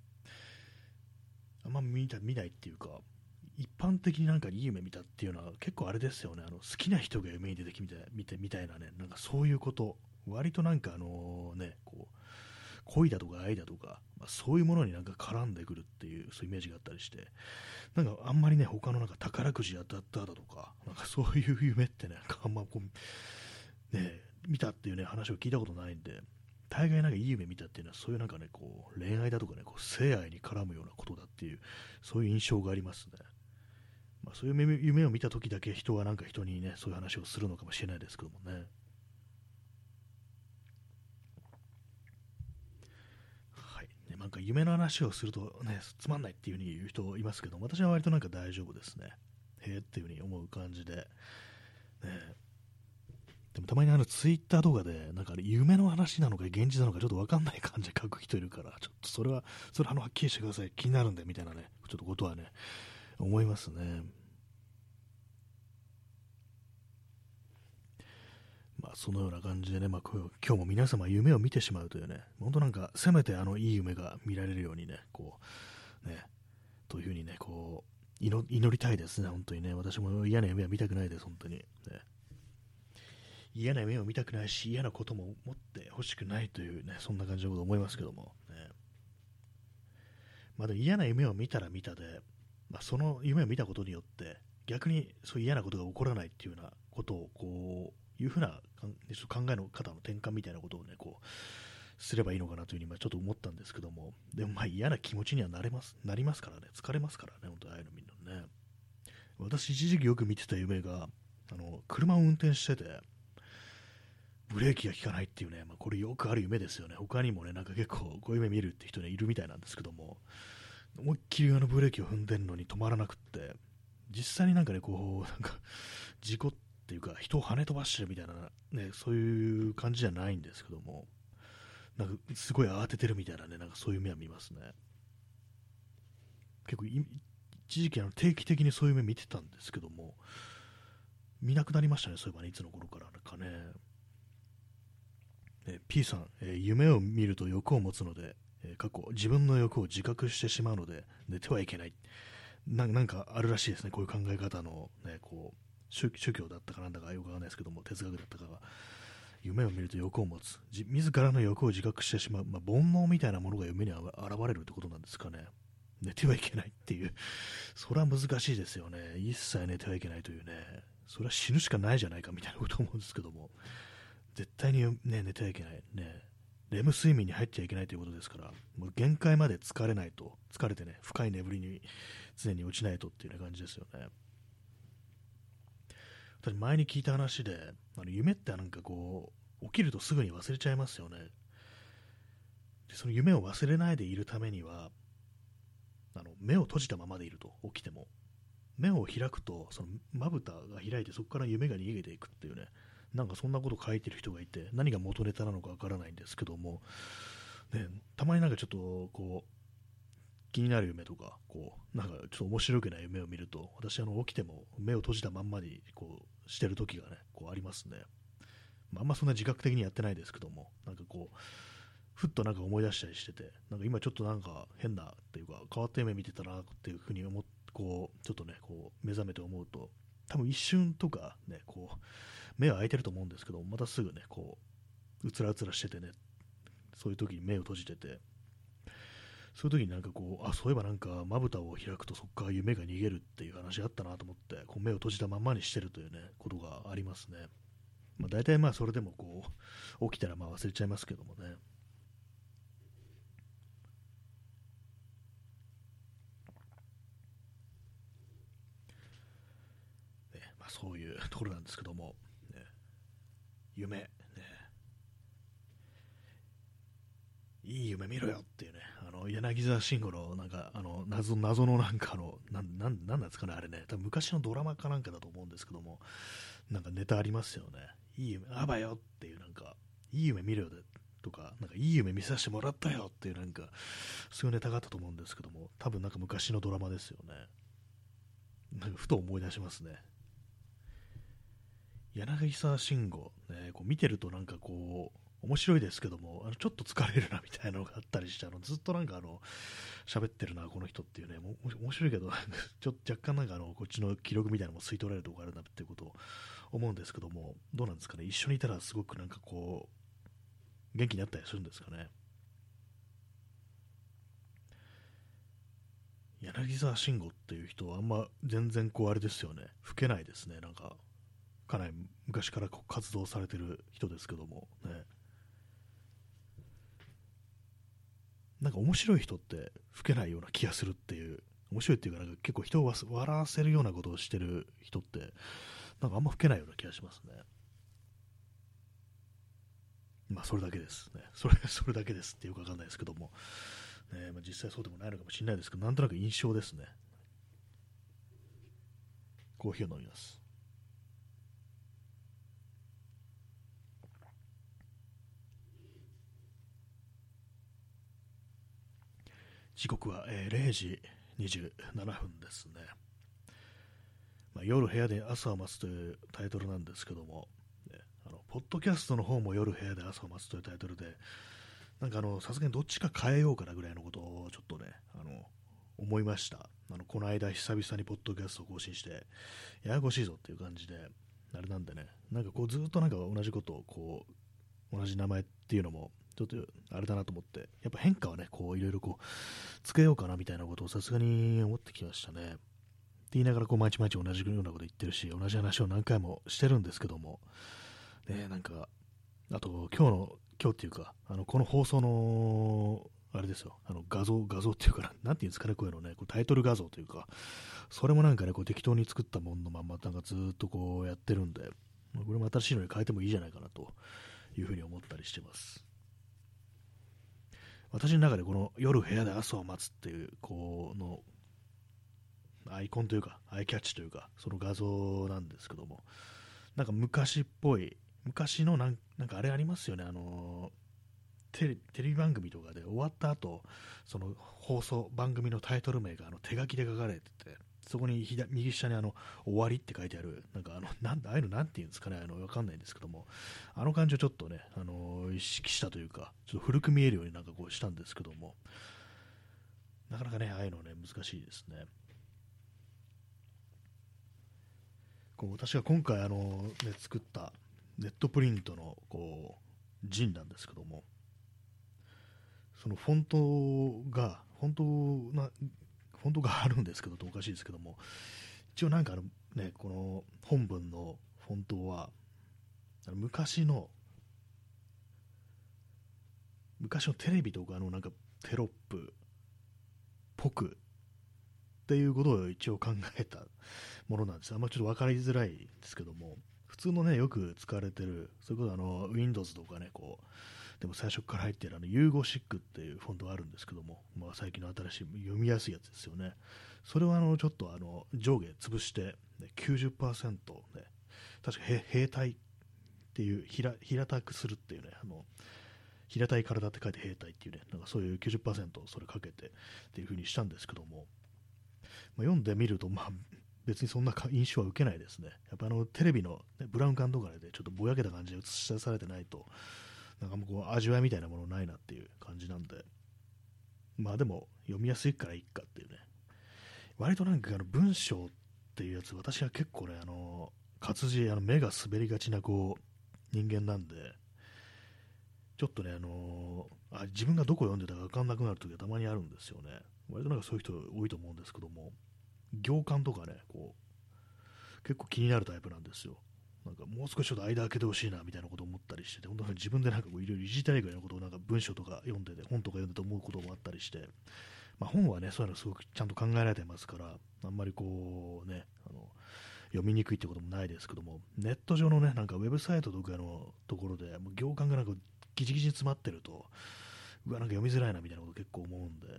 あんま見ないっていうか、一般的になんかいい夢見たっていうのは結構あれですよね、好きな人が夢に出てきみたいなね、なんかそういうこと、割となんかこう恋だとか愛だとか、まあ、そういうものになんか絡んでくるっていうそういうイメージがあったりして、なんかあんまりね、他のなんか宝くじ当たっただとか、なんかそういう夢ってね、なんかあんまこうね、見たっていうね話を聞いたことないんで、大概なんかいい夢見たっていうのはそういうなんかね、こう恋愛だとかね、こう性愛に絡むようなことだっていう、そういう印象がありますね。まあ、そういう夢を見た時だけ人はなんか人にね、そういう話をするのかもしれないですけどもね。はい。ね、なんか夢の話をするとね、つまんないっていう風に言う人いますけど、私は割となんか大丈夫ですね。へえっていう風に思う感じで。ね、でもたまにツイッター動画で、なんか夢の話なのか現実なのかちょっとわかんない感じで書く人いるから、ちょっとそれははっきりしてください。気になるんで、みたいなね、ちょっとことはね、思いますね。まあ、そのような感じでね、まあ、今日も皆様夢を見てしまうというね、本当なんか、せめていい夢が見られるようにね、こう、ね、というふうにね、こう、祈りたいですね、本当にね。私も嫌な夢は見たくないです、本当に。ね、嫌な夢を見たくないし、嫌なことも持ってほしくないというね、そんな感じのことを思いますけども、ね。まあ、でも嫌な夢を見たら見たで、まあ、その夢を見たことによって、逆にそういう嫌なことが起こらないっていうようなことを、こういうふうな考えの方の転換みたいなことをね、こう、すればいいのかなというふうにちょっと思ったんですけども、でもまあ嫌な気持ちにはなりますからね、疲れますからね、本当にああいうの見るのね。私、一時期よく見てた夢が、車を運転してて、ブレーキが効かないっていうね、まあ、これよくある夢ですよね。他にもね、なんか結構こういう夢見るって人ね、いるみたいなんですけども、思いっきりブレーキを踏んでるのに止まらなくって、実際になんかね、こう、なんか、事故っていうか、人を跳ね飛ばしてるみたいな、ね、そういう感じじゃないんですけども、なんかすごい慌ててるみたいなね、なんかそういう夢は見ますね。結構一時期定期的にそういう夢見てたんですけども、見なくなりましたね、そういえばね、いつの頃からかね。P さん、夢を見ると欲を持つので、過去、自分の欲を自覚してしまうので、寝てはいけない。なんかあるらしいですね、こういう考え方の、ね、こう宗教だったかなんだかよくわかんないですけども、哲学だったかが、夢を見ると欲を持つ、自らの欲を自覚してしまう、まあ、煩悩みたいなものが夢に現れるってことなんですかね。寝てはいけないっていう、それは難しいですよね。一切寝てはいけないというね、それは死ぬしかないじゃないかみたいなこと思うんですけども、絶対に、ね、寝てはいけない、ね、レム睡眠に入っちゃいけないということですから、もう限界まで疲れないと、疲れてね、深い眠りに常に落ちないとっていう、感じですよね。私前に聞いた話で、夢ってなんかこう、起きるとすぐに忘れちゃいますよね。でその夢を忘れないでいるためには、目を閉じたままでいると、起きても。目を開くと、そのまぶたが開いて、そこから夢が逃げていくっていうね、なんかそんなこと書いてる人がいて、何が元ネタなのかわからないんですけども、ね、たまになんかちょっとこう、気になる夢とか、こう、なんかちょっと面白くない夢を見ると、私起きても目を閉じたまんまにこうしてる時がね、こうありますね。まあ、あんまそんな自覚的にやってないですけども、なんかこう、ふっとなんか思い出したりしてて、なんか今ちょっとなんか変なっていうか、変わった夢見てたなっていうふうにこう、ちょっとね、こう、目覚めて思うと、多分一瞬とかね、こう、目は開いてると思うんですけど、またすぐね、こうつらうつらしててね、そういう時に目を閉じてて、そういう時になんかこう、あ、そういえばなんかまぶたを開くとそこから夢が逃げるっていう話あったなと思って、こう目を閉じたままにしてるというね、ことがありますね。まあ、大体まあそれでもこう、起きたらまあ忘れちゃいますけどもね。まあ、そういうところなんですけども、ね、夢、ね、いい夢見ろよっていうね、柳沢慎吾のなんか謎のなんかなんですかね、あれね、多分昔のドラマかなんかだと思うんですけども、なんかネタありますよね。いい夢、あばよっていう、なんか、いい夢見ろよとか、なんかいい夢見させてもらったよっていう、なんか、そういうネタがあったと思うんですけども、多分なんか昔のドラマですよね。なんかふと思い出しますね。柳沢慎吾、ね、こう見てるとなんかこう、面白いですけども、ちょっと疲れるなみたいなのがあったりして、ずっとなんか喋ってるな、この人っていうね、面白いけど、ちょっと若干なんかこっちの記録みたいなのも吸い取られるところあるなっていうことを思うんですけども、どうなんですかね、一緒にいたらすごくなんかこう、元気になったりするんですかね。柳沢慎吾っていう人はあんま全然こうあれですよね、老けないですね、なんか、かなり昔からこう活動されてる人ですけども、ね、なんか面白い人って老けないような気がするっていう、面白いっていうか、なんか結構人を笑わせるようなことをしてる人って、なんかあんま老けないような気がしますね。まあそれだけですね。それだけですってよくわかんないですけども、まあ、実際そうでもないのかもしれないですけど、なんとなく印象ですね。コーヒーを飲みます。時刻は、0時27分ですね。まあ、夜部屋で朝を待つというタイトルなんですけども、ね、ポッドキャストの方も夜部屋で朝を待つというタイトルで、なんかさすがにどっちか変えようかなぐらいのことをちょっとね、思いました。この間久々にポッドキャストを更新して、ややこしいぞっていう感じで、あれなんでね、なんかこうずっとなんか同じことをこう、同じ名前っていうのも、ちょっとあれだなと思って、やっぱ変化はね、こういろいろこう、つけようかなみたいなことをさすがに思ってきましたね。って言いながらこう毎日毎日同じようなこと言ってるし、同じ話を何回もしてるんですけども、ね、なんか、あと今日っていうか、この放送の、あれですよ、画像っていうかなんていうんですかね、こういうのね、こうタイトル画像というか、それもなんかね、こう適当に作ったもののまま、なんかずっとこうやってるんで、これも新しいのに変えてもいいじゃないかなというふうに思ったりしてます。私の中でこの夜部屋で朝を待つっていう、このアイコンというか、アイキャッチというか、その画像なんですけども、なんか昔っぽい、昔のなんかあれありますよね、テレビ番組とかで終わった後、その放送番組のタイトル名が手書きで書かれてて、そこに右下に終わりって書いてある、なんかああいうのなんていうんですかね、わかんないんですけども、あの感じをちょっとね、意識したというか、ちょっと古く見えるようになんかこうしたんですけども、なかなかね、ああいうのね、難しいですね。こう私が今回作ったネットプリントのこうジンなんですけども、そのフォントがあるんですけど、おかしいですけども、一応なんかね、この本文のフォントは、昔の、昔のテレビとかのなんかテロップっぽくっていうことを一応考えたものなんです。あんまちょっと分かりづらいですけども、普通のね、よく使われてる、それこそWindows とかね、こう、でも最初から入っているユーゴシックっていうフォントがあるんですけども、まあ、最近の新しい読みやすいやつですよね。それはちょっと上下潰して、ね、90%、ね、確か兵隊っていう平たくするっていうね、平たい体って書いて兵隊っていうね、なんかそういう90%それかけてっていう風にしたんですけども、まあ、読んでみると、まあ、別にそんな印象は受けないですね。やっぱテレビの、ね、ブラウン管とかでちょっとぼやけた感じで映し出されてないと、なんかもうこう味わいみたいなものないなっていう感じなんで、まあでも読みやすいからいいかっていうね。割となんか文章っていうやつ、私は結構ね、活字、目が滑りがちなこう人間なんで、 ちょっとね、自分がどこ読んでたか分かんなくなるときがたまにあるんですよね。割となんかそういう人多いと思うんですけども、行間とかね、こう、結構気になるタイプなんですよ。なんかもう少しちょっと間開けてほしいなみたいなことを思ったりしてて、本当に自分でなんかこういろいろいじりたいぐらいのことをなんか文章とか読んでて、本とか読んでて思うこともあったりして、まあ、本はね、そういうのすごくちゃんと考えられてますから、あんまりこうね、読みにくいってこともないですけども、ネット上のね、なんかウェブサイトとかのところで、もう行間がなんかギチギチに詰まってると、うわ、なんか読みづらいなみたいなこと結構思うんで、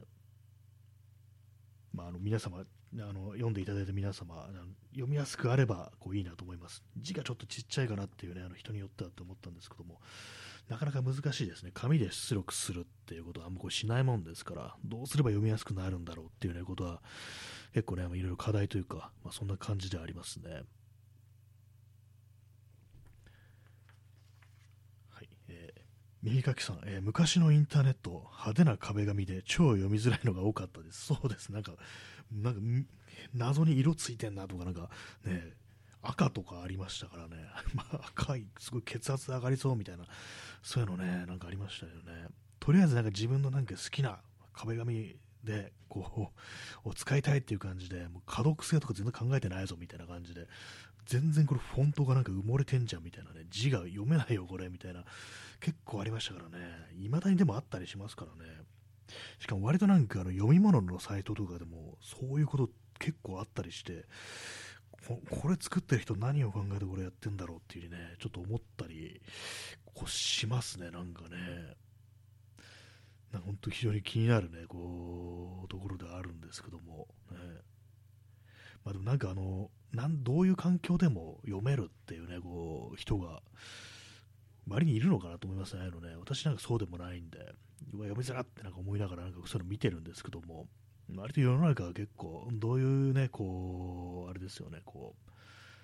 まあ、皆様、読んでいただいた皆様、読みやすくあればこういいなと思います。字がちょっとちっちゃいかなっていうね、人によってはって思ったんですけども、なかなか難しいですね。紙で出力するっていうことはあんまこうしないもんですから、どうすれば読みやすくなるんだろうっていう、ね、ことは、結構ね、いろいろ課題というか、まあ、そんな感じでありますね。はい、右かきさん、昔のインターネット、派手な壁紙で超読みづらいのが多かったです。そうです。なんか謎に色ついてんなとか、なんかね、赤とかありましたからね、まあ、赤い、すごい血圧上がりそうみたいな、そういうのね、なんかありましたよね。とりあえずなんか自分のなんか好きな壁紙で、こう、を使いたいっていう感じで、もう可読性とか全然考えてないぞみたいな感じで、全然これフォントがなんか埋もれてんじゃんみたいなね、字が読めないよこれみたいな、結構ありましたからね、未だにでもあったりしますからね。しかも割となんか読み物のサイトとかでもそういうこと結構あったりして、これ作ってる人何を考えてこれやってんだろうっていうね、ちょっと思ったりこうしますね、なんかね。本当非常に気になるね、こう、ところではあるんですけども、ね。まあでもなんかどういう環境でも読めるっていうね、こう、人が、周りにいるのかなと思いますね、私なんかそうでもないんで、読みづらってなんか思いながらなんかそういうの見てるんですけども、割と世の中は結構、どういうね、こう、あれですよね、こう、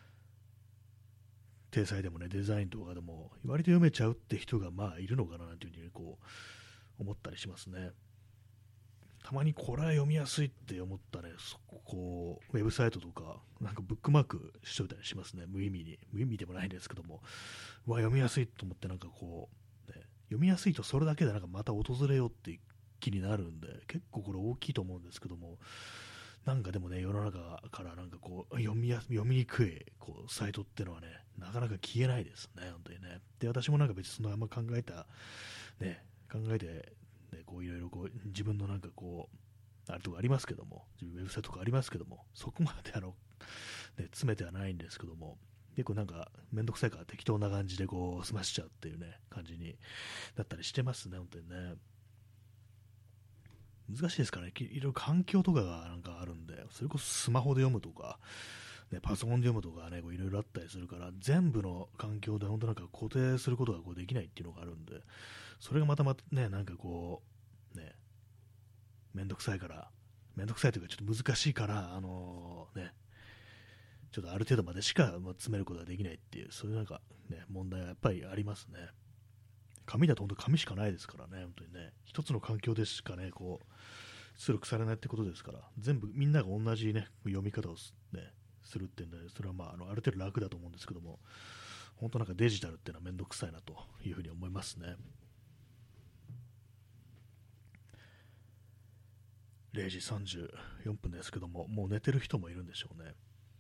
体裁でもね、デザインとかでも、割と読めちゃうって人がまあいるのかなというふうにこう、思ったりしますね。たまにこれは読みやすいって思ったね、こう、ウェブサイトとか、なんかブックマークしといたりしますね、無意味に。無意味でもないんですけども、読みやすいと思って、なんかこう、ね、読みやすいとそれだけでなんかまた訪れようって気になるんで、結構これ大きいと思うんですけども、なんかでもね、世の中からなんかこう、読みにくいこうサイトってのはね、なかなか消えないですね、本当にね。で、私もなんか別にそのあんま考えて、ね、こういろいろこう、自分のなんかこう、あれとかありますけども、自分ウェブサイトとかありますけども、そこまでね、詰めてはないんですけども、結構なんかめんどくさいから適当な感じでこう済ましちゃうっていうね感じになったりしてますね、本当にね。難しいですからね、いろいろ環境とかがなんかあるんで、それこそスマホで読むとか、ね、パソコンで読むとかね、いろいろあったりするから、全部の環境で本当なんか固定することがこうできないっていうのがあるんで、それがまたね、なんかこう、ね、めんどくさいから、めんどくさいというかちょっと難しいから、ね、ちょっとある程度までしか詰めることができないっていう、そういうなんかね、問題はやっぱりありますね。紙だと本当紙しかないですからね、本当にね、一つの環境でしかね、こう、出力されないってことですから、全部みんなが同じね、読み方をね、するっていうんで、それはまあ、ある程度楽だと思うんですけども、本当なんかデジタルっていうのはめんどくさいなというふうに思いますね。0時34分ですけども、もう寝てる人もいるんでしょうね。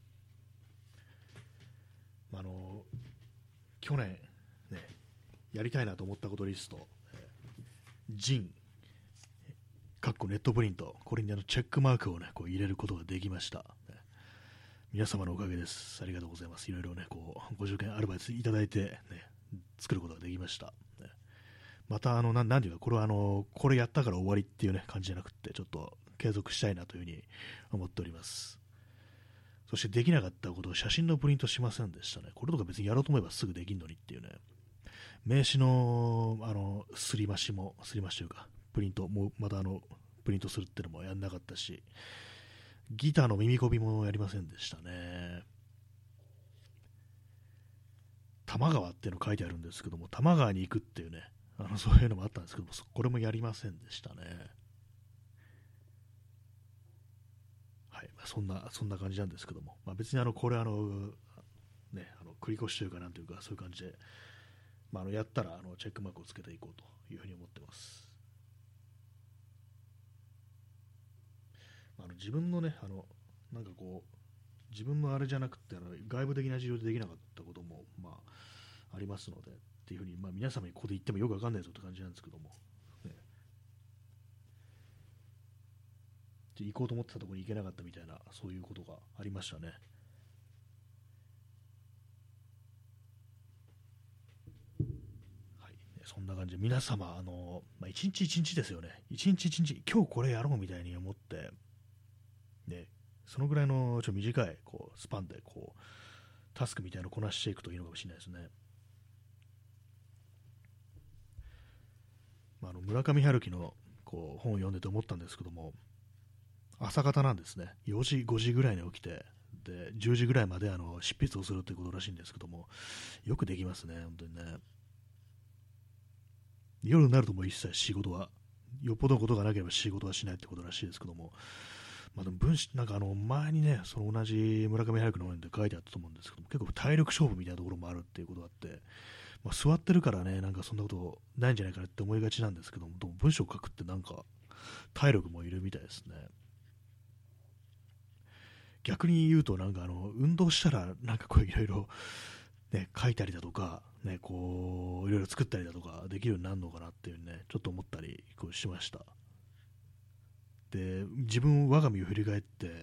あの去年、ね、やりたいなと思ったことリスト、ジン、かっこネットプリント、これにチェックマークを、ね、こう入れることができました。皆様のおかげです。ありがとうございます。いろいろね、こうご助言、アドバイスいただいて、ね、作ることができました。また、なんていうか、これはこれやったから終わりっていうね、感じじゃなくて、ちょっと継続したいなというふうに思っております。そしてできなかったことを写真のプリントしませんでしたね。これとか別にやろうと思えばすぐできるのにっていうね。名刺の、すり増しというか、プリントもまたプリントするっていうのもやんなかったし、ギターの耳コピもやりませんでしたね。多摩川っていうの書いてあるんですけども、多摩川に行くっていうね、そういうのもあったんですけども、これもやりませんでしたね。はい、まあ、そんな感じなんですけども、まあ、別にこれね、繰り越しというかなんというか、そういう感じでやったらチェックマークをつけていこうというふうに思ってます。自分のね、なんかこう、自分のあれじゃなくて、外部的な事情でできなかったことも、ありますので、っていうふうに、皆様にここで言ってもよくわかんないぞって感じなんですけども、ね、行こうと思ってたところに行けなかったみたいな、そういうことがありましたね。はい、そんな感じで、皆様、一日一日ですよね。一日一日、今日これやろうみたいに思って、ね、そのぐらいの短いスパンでタスクみたいなのをこなしていくといいのかもしれないですね。村上春樹の本を読んでて思ったんですけども、朝方なんですね。4時、5時ぐらいに起きて、で10時ぐらいまで執筆をするということらしいんですけども、よくできますね、本当にね。夜になるともう一切仕事は、よっぽどのことがなければ仕事はしないってことらしいですけども、でもなんか前にね、その同じ村上春樹の本で書いてあったと思うんですけども、結構体力勝負みたいなところもあるっていうことがあって、座ってるからね、なんかそんなことないんじゃないかなって思いがちなんですけども、でも文章を書くってなんか体力もいるみたいですね。逆に言うと、なんか運動したら、なんかいろいろね、書いたりだとか、ね、いろいろ作ったりだとかできるようになるのかなっていうね、ちょっと思ったりしました。で、自分、我が身を振り返って、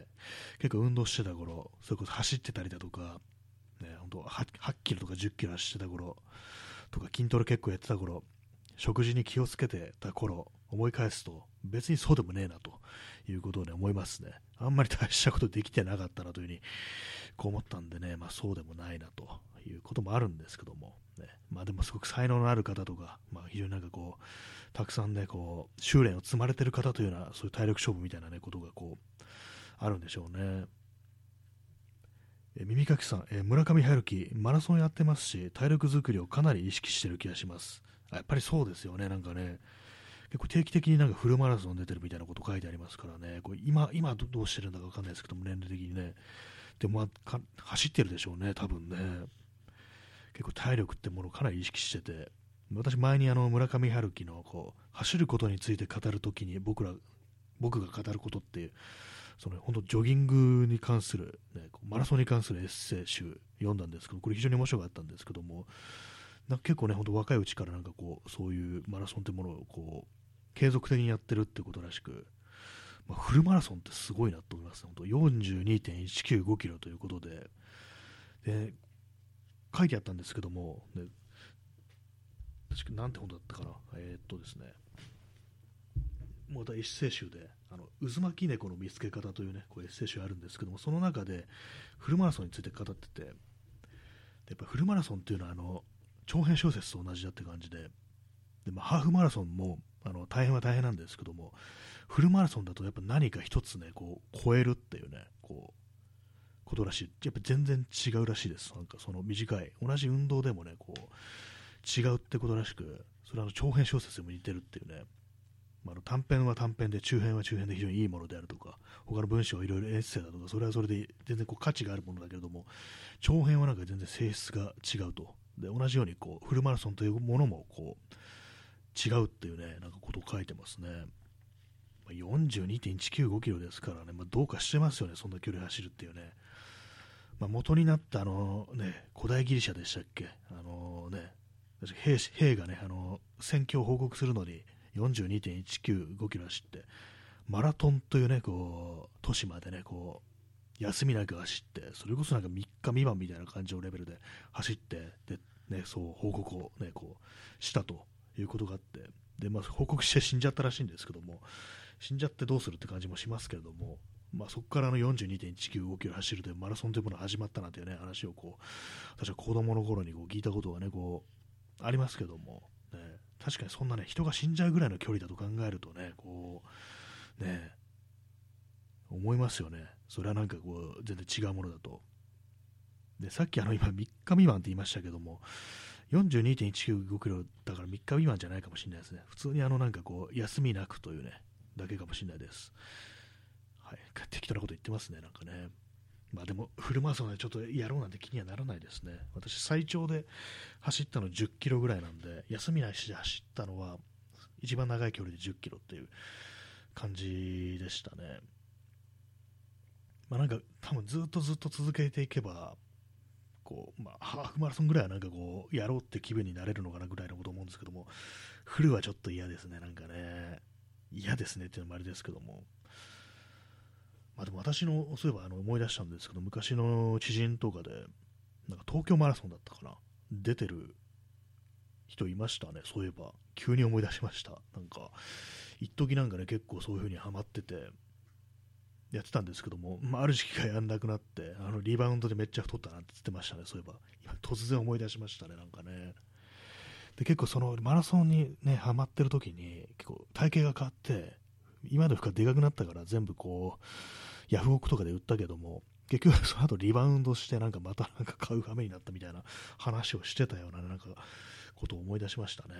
結構運動してた頃、それこそ走ってたりだとか、ね、本当 8キロとか10キロ走ってた頃とか、筋トレ結構やってた頃、食事に気をつけてた頃、思い返すと、別にそうでもねえなということをね、思いますね。あんまり大したことできてなかったなというふうに思ったんでね、そうでもないなということもあるんですけども、ね、でもすごく才能のある方とか、非常になんかたくさんね、修練を積まれてる方というような、そういう体力勝負みたいなね、ことがあるんでしょうね。耳かきさん、村上春樹、マラソンやってますし、体力作りをかなり意識してる気がします。やっぱりそうですよね、なんかね、結構定期的になんかフルマラソン出てるみたいなこと書いてありますからね、今どうしてるんだか分かんないですけども、年齢的にね、でも、走ってるでしょうね、多分ね。結構体力ってものをかなり意識してて、私前に村上春樹の走ることについて語るときに僕が語ることっていう、その本当ジョギングに関する、ね、マラソンに関するエッセイ集読んだんですけど、これ非常に面白かったんですけども、なんか結構ね、本当若いうちからなんかそういうマラソンというものを継続的にやってるってことらしく、フルマラソンってすごいなと思います。本当42.195キロということで、書いてあったんですけども、ね、確かなんて本だったかな、ですね、またエッセイ集で、渦巻き猫の見つけ方というね、エッセイ集あるんですけども、その中でフルマラソンについて語ってて、やっぱフルマラソンっていうのは長編小説と同じだって感じで、ハーフマラソンも大変は大変なんですけども、フルマラソンだとやっぱ何か一つね、超えるっていうね、ことらしい。やっぱ全然違うらしいです。なんかその短い、同じ運動でもね、違うってことらしく、それは長編小説でも似てるっていうね、短編は短編で、中編は中編で非常にいいものであるとか、他の文章いろいろエッセイだとか、それはそれで全然価値があるものだけれども、長編はなんか全然性質が違うと。で、同じようにフルマラソンというものも違うっていうね、なんかことを書いてますね。42.195 キロですからね、どうかしてますよね、そんな距離走るっていうね。元になった古代ギリシャでしたっけ、兵がね、戦況を報告するのに42.195 キロ走って、マラトンというね、都市までね、休みなく走って、それこそなんか3日未満みたいな感じのレベルで走って、で、ね、そう報告をね、したということがあって、で、報告して死んじゃったらしいんですけども、死んじゃってどうするって感じもしますけれども、そこから42.195 キロ走るというマラソンというものが始まったなんていうね、話を私は子供の頃に聞いたことがね、ありますけども、ね、確かにそんなね、人が死んじゃうぐらいの距離だと考えるとね、ね、思いますよね。それはなんか全然違うものだと。で、さっき今3日未満って言いましたけども、42.195 キロだから3日未満じゃないかもしれないですね。普通になんか休みなくというね、だけかもしれないです。はい、適当なこと言ってますね、なんかね。 まあでもフルマラソンでちょっとやろうなんて気にはならないですね。私最長で走ったの10キロぐらいなんで、休みなしで走ったのは一番長い距離で10キロっていう感じでしたね。まあなんか多分ずっと続けていけばこう、まあ、ハーフマラソンぐらいはなんかこうやろうって気分になれるのかなぐらいのこと思うんですけども、フルはちょっと嫌ですね。なんかね、嫌ですねっていうのもあれですけども、まあ、でも私のそういえば思い出したんですけど、昔の知人とかでなんか東京マラソンだったかな、出てる人いましたね。そういえば急に思い出しました。なんか一時なんかね結構そういう風にハマっててやってたんですけども、まあ、ある時期がやんなくなってリバウンドでめっちゃ太ったなって言ってましたね。そういえば今突然思い出しましたね。なんかね、で結構そのマラソンにねハマってる時に結構体型が変わって今まで負荷でかくなったから全部こうヤフオクとかで売ったけども、結局その後リバウンドしてなんかまたなんか買う羽目になったみたいな話をしてたようななんかことを思い出しましたね。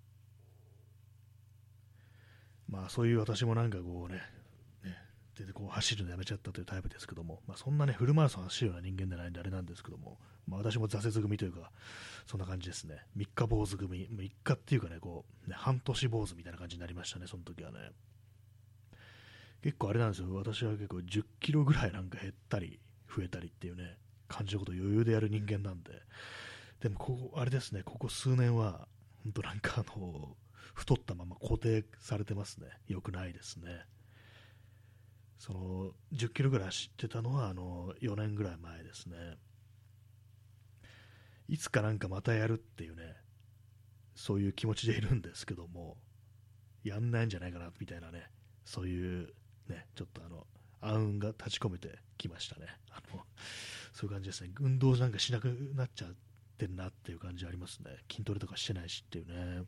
まあそういう私もなんかこうね、全然こう走るのやめちゃったというタイプですけども、まあ、そんなねフルマラソン走るような人間ではないんであれなんですけども、まあ、私も挫折組というかそんな感じですね。三日坊主組、3日っていうかねこうね半年坊主みたいな感じになりましたね。その時はね結構あれなんですよ。私は結構10キロぐらいなんか減ったり増えたりっていうね感じのことを余裕でやる人間なんで、でもここあれですね、ここ数年は本当なんか太ったまま固定されてますね。良くないですね。その10キロぐらい走ってたのは4年ぐらい前ですね。いつかなんかまたやるっていうね、そういう気持ちでいるんですけども、やんないんじゃないかなみたいなね、そういうね、ちょっと暗雲が立ち込めてきましたね。そういう感じですね。運動なんかしなくなっちゃってるなっていう感じありますね。筋トレとかしてないしっていうね。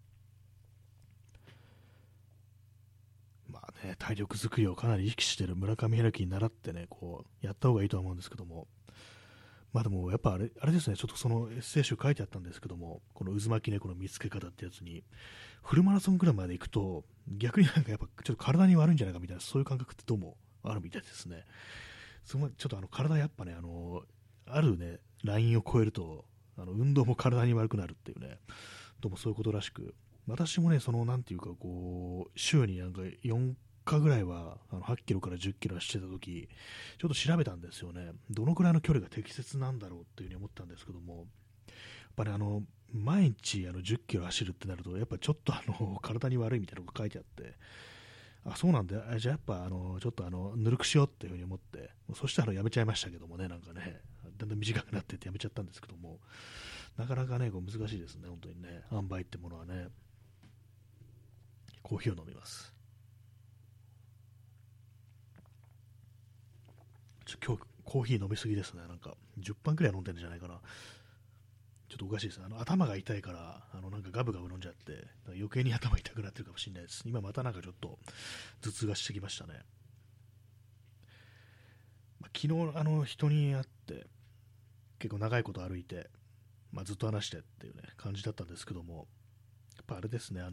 まあね、体力作りをかなり意識している村上春樹に習ってね、こうやった方がいいとは思うんですけども、まあでもやっぱあれですね、ちょっとそのエッセイ集書いてあったんですけども、この渦巻き猫の見つけ方ってやつに、フルマラソンぐらいまで行くと、逆になんかやっぱちょっと体に悪いんじゃないかみたいな、そういう感覚ってどうもあるみたいですね。ちょっと体やっぱね、あるね、ラインを超えると、運動も体に悪くなるっていうね、どうもそういうことらしく、私もね、なんていうか、こう、週になんか4日ぐらいは、8キロから10キロ走ってた時、ちょっと調べたんですよね。どのくらいの距離が適切なんだろうっていうふうに思ったんですけども、やっぱり毎日10キロ走るってなると、やっぱちょっと体に悪いみたいなことが書いてあって、あ、そうなんだよ。じゃあやっぱちょっとぬるくしようっていうふうに思って、そしたらやめちゃいましたけどもね、なんかね、だんだん短くなってってやめちゃったんですけども、なかなかね、こう難しいですね、本当にね、塩梅ってものはね。コーヒーを飲みます。今日コーヒー飲みすぎですね。なんか10杯くらい飲んでるんじゃないかな。ちょっとおかしいですね。頭が痛いから、なんかガブガブ飲んじゃって、余計に頭痛くなってるかもしれないです。今またなんかちょっと頭痛がしてきましたね。まあ、昨日人に会って結構長いこと歩いて、まあ、ずっと話してっていうね感じだったんですけども、やっぱあれですね、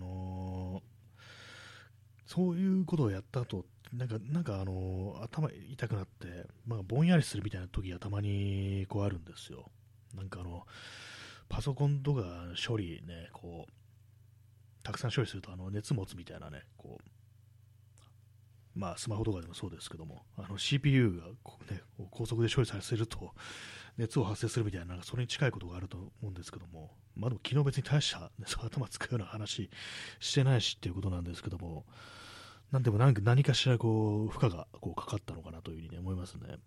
そういうことをやった後頭痛くなって、まあ、ぼんやりするみたいな時がたまにこうあるんですよ。なんかパソコンとか処理ね、こうたくさん処理すると熱持つみたいなね、こうまあスマホとかでもそうですけども、CPU がね、高速で処理させると熱を発生するみたいな、なんかそれに近いことがあると思うんですけども、まあでも昨日別に大した、ね、頭使うような話してないしっていうことなんですけども、なんでも何かしらこう負荷がこうかかったのかなというふうに、ね、思いますね。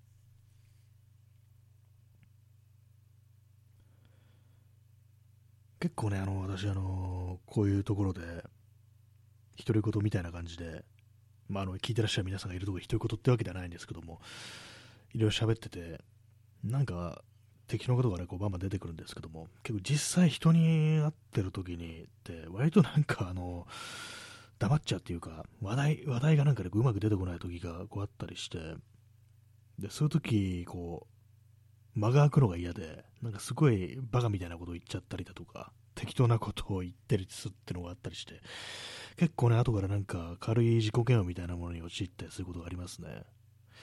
結構ね、私、こういうところで、独り言みたいな感じで、まあ、聞いてらっしゃる皆さんがいるところで独り言ってわけではないんですけども、いろいろ喋ってて、なんか、適当なことがね、こうバンバン出てくるんですけども、結構実際人に会ってる時にって、割となんか黙っちゃうっていうか、話題がなんかね、うまく出てこない時がこうあったりして、で、そういう時、こう、間が空くのが嫌で、なんかすごいバカみたいなことを言っちゃったりだとか、適当なことを言ったりするってのがあったりして、結構ね、後からなんか軽い自己嫌悪みたいなものに陥ったりすることがありますね。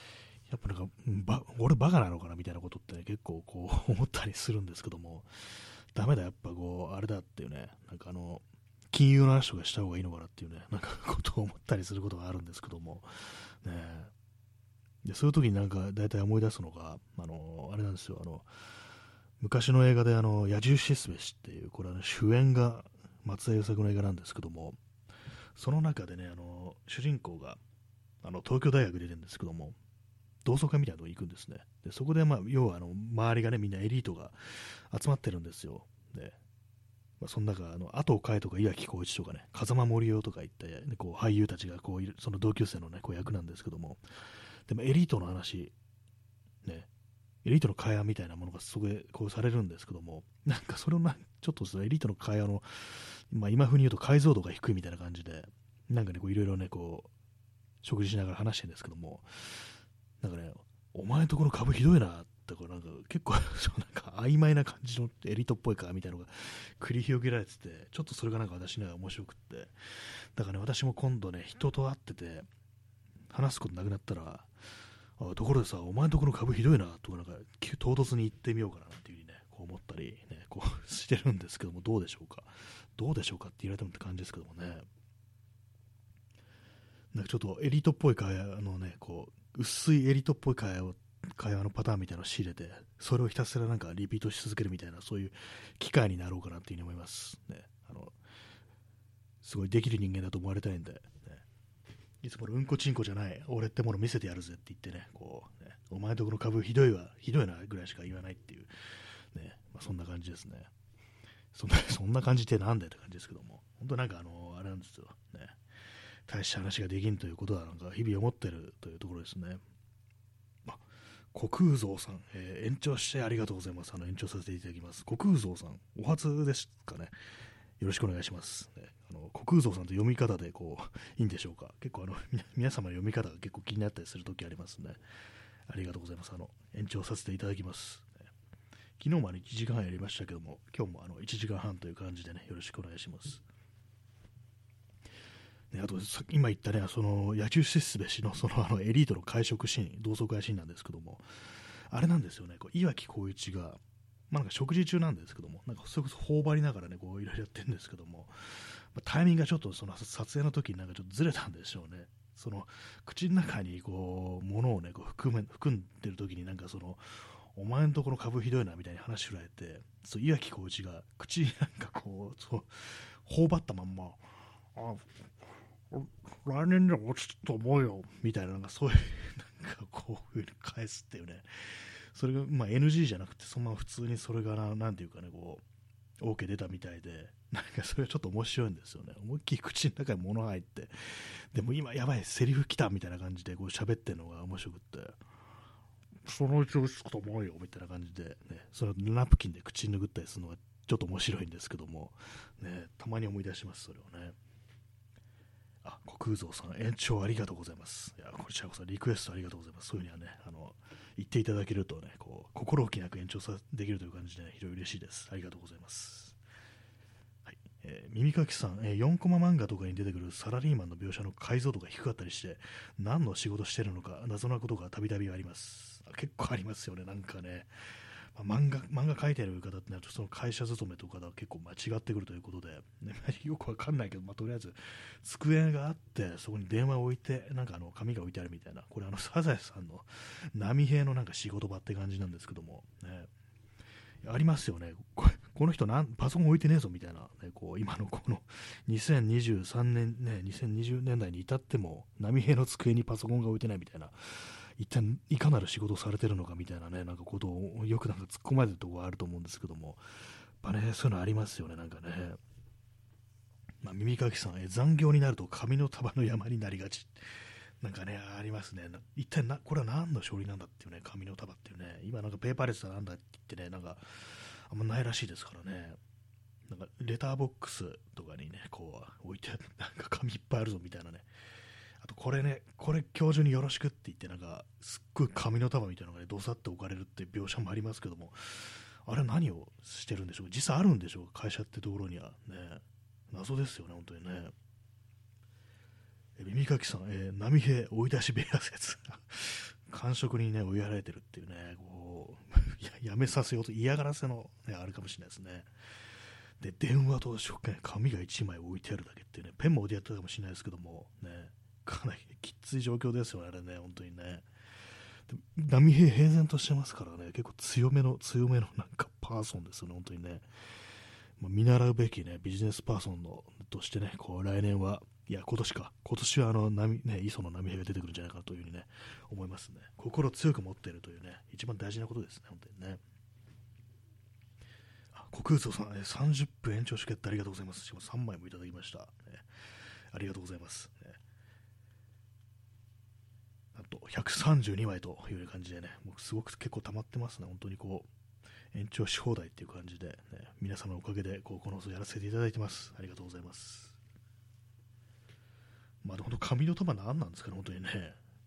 やっぱなんか、俺バカなのかなみたいなことって、ね、結構こう思ったりするんですけども、ダメだ、やっぱこう、あれだっていうね、なんか金融の話とかした方がいいのかなっていうね、なんかことを思ったりすることがあるんですけども、ね、でそういう時になんか大体思い出すのが、あれなんですよ、昔の映画で野獣シスベシっていう、これは、ね、主演が松田優作の映画なんですけども、その中でね、主人公が東京大学出てるんですけども、同窓会みたいなとこに行くんですね。でそこで、要は周りがね、みんなエリートが集まってるんですよ。で、その中、阿藤海とか岩城浩一とかね、風間森生とかいった、ね、こう俳優たちがこういる、その同級生の、ね、こう役なんですけども、でもエリートの話、ね、エリートの会話みたいなものがそこでこうされるんですけども、なんかそれをちょっとエリートの会話の、今風に言うと解像度が低いみたいな感じで、なんかね、いろいろね、こう、食事しながら話してるんですけども、なんかね、お前んとこの株ひどいなってこうなんか結構なんか曖昧な感じのエリートっぽいかみたいなのが繰り広げられてて、ちょっとそれがなんか私には面白くって、だからね、私も今度ね、人と会ってて話すことなくなったら、ところでさ、お前んとこの株ひどいなとかなんか唐突に言ってみようかなっていう風にね、こう思ったりね、こうしてるんですけども、どうでしょうかって言われてもって感じですけどもね、なんかちょっとエリートっぽい会話のね、こう薄いエリートっぽい会話のパターンみたいなのを仕入れて、それをひたすらなんかリピートし続けるみたいな、そういう機会になろうかなっていうふうに思いますね。すごいできる人間だと思われたいんで、ね、いつものうんこちんこじゃない俺ってもの見せてやるぜって言ってね、こうね、お前のところ株ひどいなぐらいしか言わないっていうね、そんな感じですね。そんな感じってなんだよって感じですけども、本当なんかあれなんですよね、大した話ができんということはなんか日々思ってるというところですね。虚空蔵さん、延長してありがとうございます。延長させていただきます。虚空蔵さん、お初ですかね。よろしくお願いします。ね、虚空蔵さんと読み方でこういいんでしょうか。結構皆様の読み方が結構気になったりするときありますね。ありがとうございます。延長させていただきます。昨日も1時間半やりましたけども、今日も1時間半という感じでね、よろしくお願いします。あと今言ったね、その野球シスベ氏のエリートの会食シーン、同窓会シーンなんですけども、あれなんですよね、こう岩城浩一が、なんか食事中なんですけども、なんかそれこそ頬張りながらね、こういろいろやってるんですけども、タイミングがちょっとその撮影の時になんかちょっとずれたんでしょうね。その口の中にこう物をね、こう含んでる時になんかお前んとこの株ひどいなみたいに話振られて、岩城浩一が口になんかこう頬張ったまんま、来年でも落ちると思うよみたいな、なんかそういうなんかこういう風に返すっていうね、それがNG じゃなくて、そのまま普通にそれがなんていうかね、こう OK 出たみたいで、なんかそれはちょっと面白いんですよね。思いっきり口の中に物入って、でも今やばいセリフ来たみたいな感じでこう喋ってるのが面白くって、そのうち落ち着くと思うよみたいな感じで、ね、そのナプキンで口拭ったりするのがちょっと面白いんですけども、ね、たまに思い出します、それをね。虚空蔵さん、延長ありがとうございます。いや、こちらこそリクエストありがとうございます。そういうふうにはね、言っていただけるとね、こう心置きなく延長できるという感じで、ね、非常に嬉しいです。ありがとうございます。はい、耳かきさん、4コマ漫画とかに出てくるサラリーマンの描写の解像度が低かったりして、何の仕事してるのか謎なことがたびたびあります。結構ありますよね、なんかね。漫画描いてる方ってなると、その会社勤めとかが結構間違ってくるということで、ね、よくわかんないけど、とりあえず机があってそこに電話を置いて、なんか紙が置いてあるみたいな、これサザエさんの波平のなんか仕事場って感じなんですけども、ね、ありますよね。この人パソコン置いてねえぞみたいな、ね、こう今のこの2023年ね、2020年代に至っても波平の机にパソコンが置いてないみたいな、一体いかなる仕事をされてるのかみたいなね、なんかことをよくなんか突っ込まれてるところがあると思うんですけども、やっぱね、そういうのありますよね、なんかね。耳かきさん、残業になると紙の束の山になりがち。なんかね、ありますね。一体これは何の処理なんだっていうね、紙の束っていうね、今なんかペーパーレスだなんだって言ってね、なんかあんまないらしいですからね。なんかレターボックスとかにね、こう置いて、なんか紙いっぱいあるぞみたいなね。あとこれ今日中によろしくって言って、なんかすっごい紙の束みたいなのが、ね、どさって置かれるって描写もありますけども、あれは何をしてるんでしょうか。実際あるんでしょうか、会社ってところにはね。謎ですよね、本当にね。 耳かきさん、波平追い出し部屋説。感触にね、追いやられてるっていうね、こう、やめさせようと嫌がらせの、ね、あるかもしれないですね。で、電話と紙が1枚置いてあるだけっていうね、ペンも置いてあったかもしれないですけども、ね、かなりきつい状況ですよね、あれね、本当にね。波平平然としてますからね、結構強めのなんかパーソンですよね、本当にね。見習うべきね、ビジネスパーソンのとしてね、こう来年は、いや、今年は磯野波平が出てくるんじゃないかなというふうにね、思いますね。心を強く持っているというね、一番大事なことですね、本当にね。国空蔵さん、30分延長してありがとうございます。しかも3枚もいただきました。ありがとうございます。あと132枚という感じでね、もうすごく結構溜まってますね、本当にこう、延長し放題っていう感じで、ね、皆様のおかげでこの放送やらせていただいてます。ありがとうございます。まあ、本当、紙の玉何なんですかね、本当にね。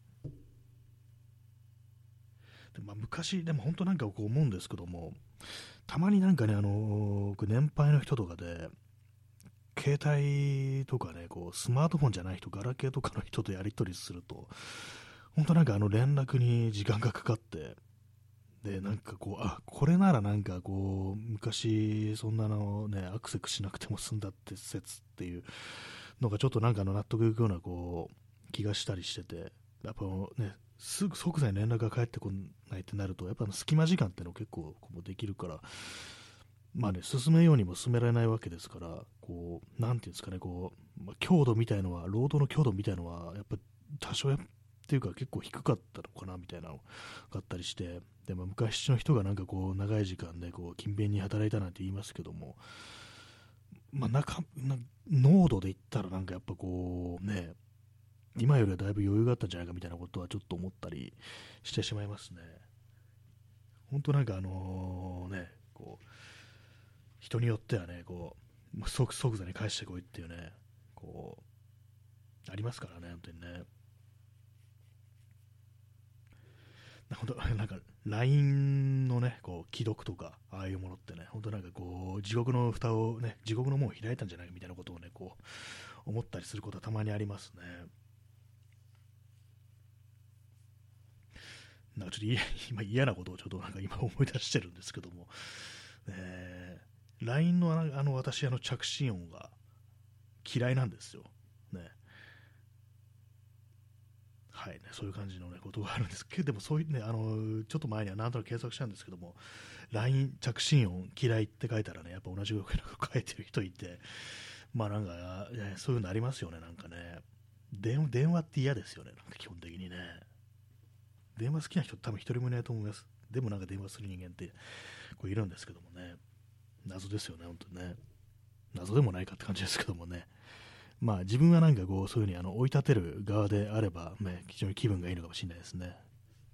で昔、でも本当なんかこう思うんですけども、たまになんかね、年配の人とかで、携帯とかね、こうスマートフォンじゃない人、ガラケーとかの人とやり取りすると、本当なんか連絡に時間がかかって、で、なんかこう、これならなんかこう、昔そんなのね、アクセクしなくても済んだって説っていうのがちょっとなんか納得いくようなこう、気がしたりしてて、やっぱね、すぐ即座に連絡が返ってこないってなると、やっぱ隙間時間っての結構できるから、まあね、進めようにも進められないわけですから、こう、なんていうんですかね、こう、強度みたいのは、労働の強度みたいのは、やっぱ多少っていうか結構低かったのかなみたいなのがあったりして、でも昔の人がなんかこう、長い時間でこう、勤勉に働いたなんて言いますけども、まあ濃度で言ったらなんかやっぱこう、ね、今よりはだいぶ余裕があったんじゃないかみたいなことはちょっと思ったりしてしまいますね。本当なんかこう、人によってはね、こう、即座に返してこいっていうね、こう、ありますからね、本当にね。本当なんか LINE のね、こう既読とか、ああいうものってね、本当なんかこう、地獄の蓋をね、地獄の門を開いたんじゃないかみたいなことをね、こう、思ったりすることはたまにありますね。なんかちょっと今嫌なことをちょっとなんか今思い出してるんですけども、LINE の私着信音が嫌いなんですよ。ね。はいね、そういう感じの、ね、ことがあるんですけど、でもそういうね、ちょっと前にはなんとなく検索したんですけども、LINE 着信音嫌いって書いたらね、やっぱ同じような書いてる人いて、まあなんか、そういうのありますよね、なんかね。電話って嫌ですよね、なんか基本的にね。電話好きな人多分一人もいないと思います。でもなんか電話する人間ってこういるんですけどもね。謎ですよね、本当にね。謎でもないかって感じですけどもね。まあ自分はなんかこうそういうふうに追い立てる側であれば、ね、非常に気分がいいのかもしれないですね。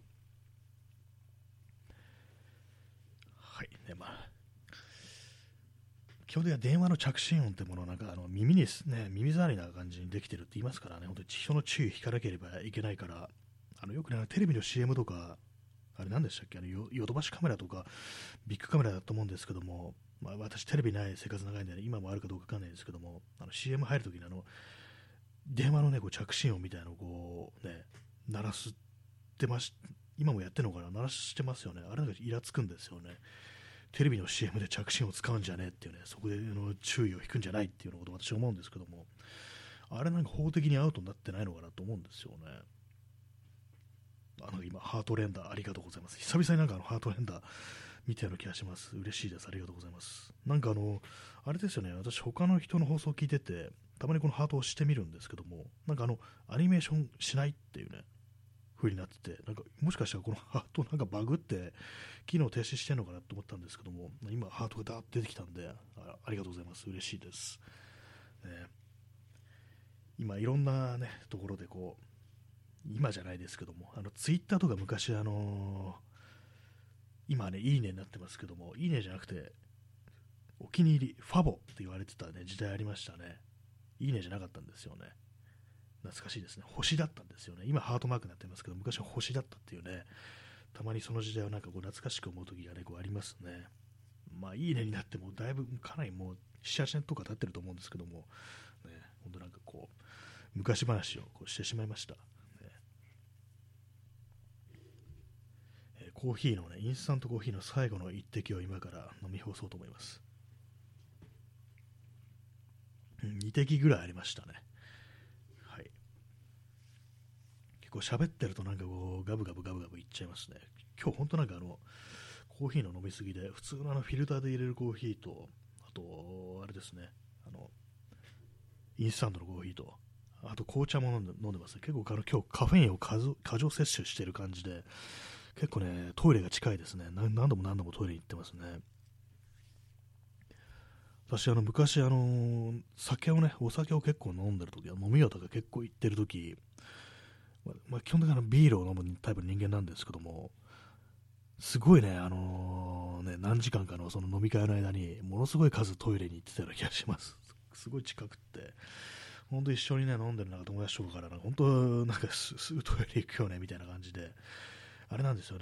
はい。で、まあ、基本的には電話の着信音ってものはなんか耳にね、耳障りな感じにできてるって言いますからね、本当に人の注意を引かなければいけないから、よくね、テレビの CM とか、あれ何でしたっけ、ヨドバシカメラとかビッグカメラだと思うんですけども、まあ、私テレビない生活長いんで、ね、今もあるかどうかわかんないですけども、CM 入るときに電話のね、こう着信音みたいなのをこうね、鳴らしてまし、今もやってるのかな、鳴らしてますよね。あれなんかイラつくんですよね。テレビの CM で着信を使うんじゃねえっていうね、そこで注意を引くんじゃないっていうのことを私は思うんですけども、あれなんか法的にアウトになってないのかなと思うんですよね。今、ハートレンダーありがとうございます。久々になんかハートレンダー見たような気がします。嬉しいです。ありがとうございます。なんかあれですよね、私他の人の放送を聞いてて、たまにこのハートをしてみるんですけども、なんかアニメーションしないっていうね、風になってて、なんかもしかしたらこのハートなんかバグって機能停止してるのかなと思ったんですけども、今ハートがダーッと出てきたんで、ありがとうございます。嬉しいです。ね、今いろんなね、ところでこう、今じゃないですけども、ツイッターとか昔今ね、いいねになってますけども、いいねじゃなくて、お気に入り、ファボって言われてたね、時代ありましたね。いいねじゃなかったんですよね。懐かしいですね。星だったんですよね。今ハートマークになってますけど、昔は星だったっていうね、たまにその時代をなんかこう懐かしく思う時がね、こうありますね。まあ、いいねになっても、だいぶかなりもう、7、8年とか経ってると思うんですけども、ね、本当なんかこう、 昔話をこうしてしまいました。コーヒーのね、インスタントコーヒーの最後の一滴を今から飲み干そうと思います。2滴ぐらいありましたね。はい。結構喋ってるとなんかこうガブガブガブガブいっちゃいますね。今日本当なんかコーヒーの飲みすぎで、普通のフィルターで入れるコーヒーと、あと、あれですね、インスタントのコーヒーと、あと紅茶も飲んでますね。結構今日カフェインを過剰摂取している感じで、結構ね、トイレが近いですね。何度も何度もトイレに行ってますね。私、昔、お酒を結構飲んでるとき、飲み屋とか結構行ってるとき、基本的にビールを飲むタイプの人間なんですけども、すごいね、何時間かのその飲み会の間に、ものすごい数トイレに行ってたような気がします。すごい近くって、本当一緒にね、飲んでる友達とかから、本当、なんかすぐトイレ行くよね、みたいな感じで、あれなんですよね、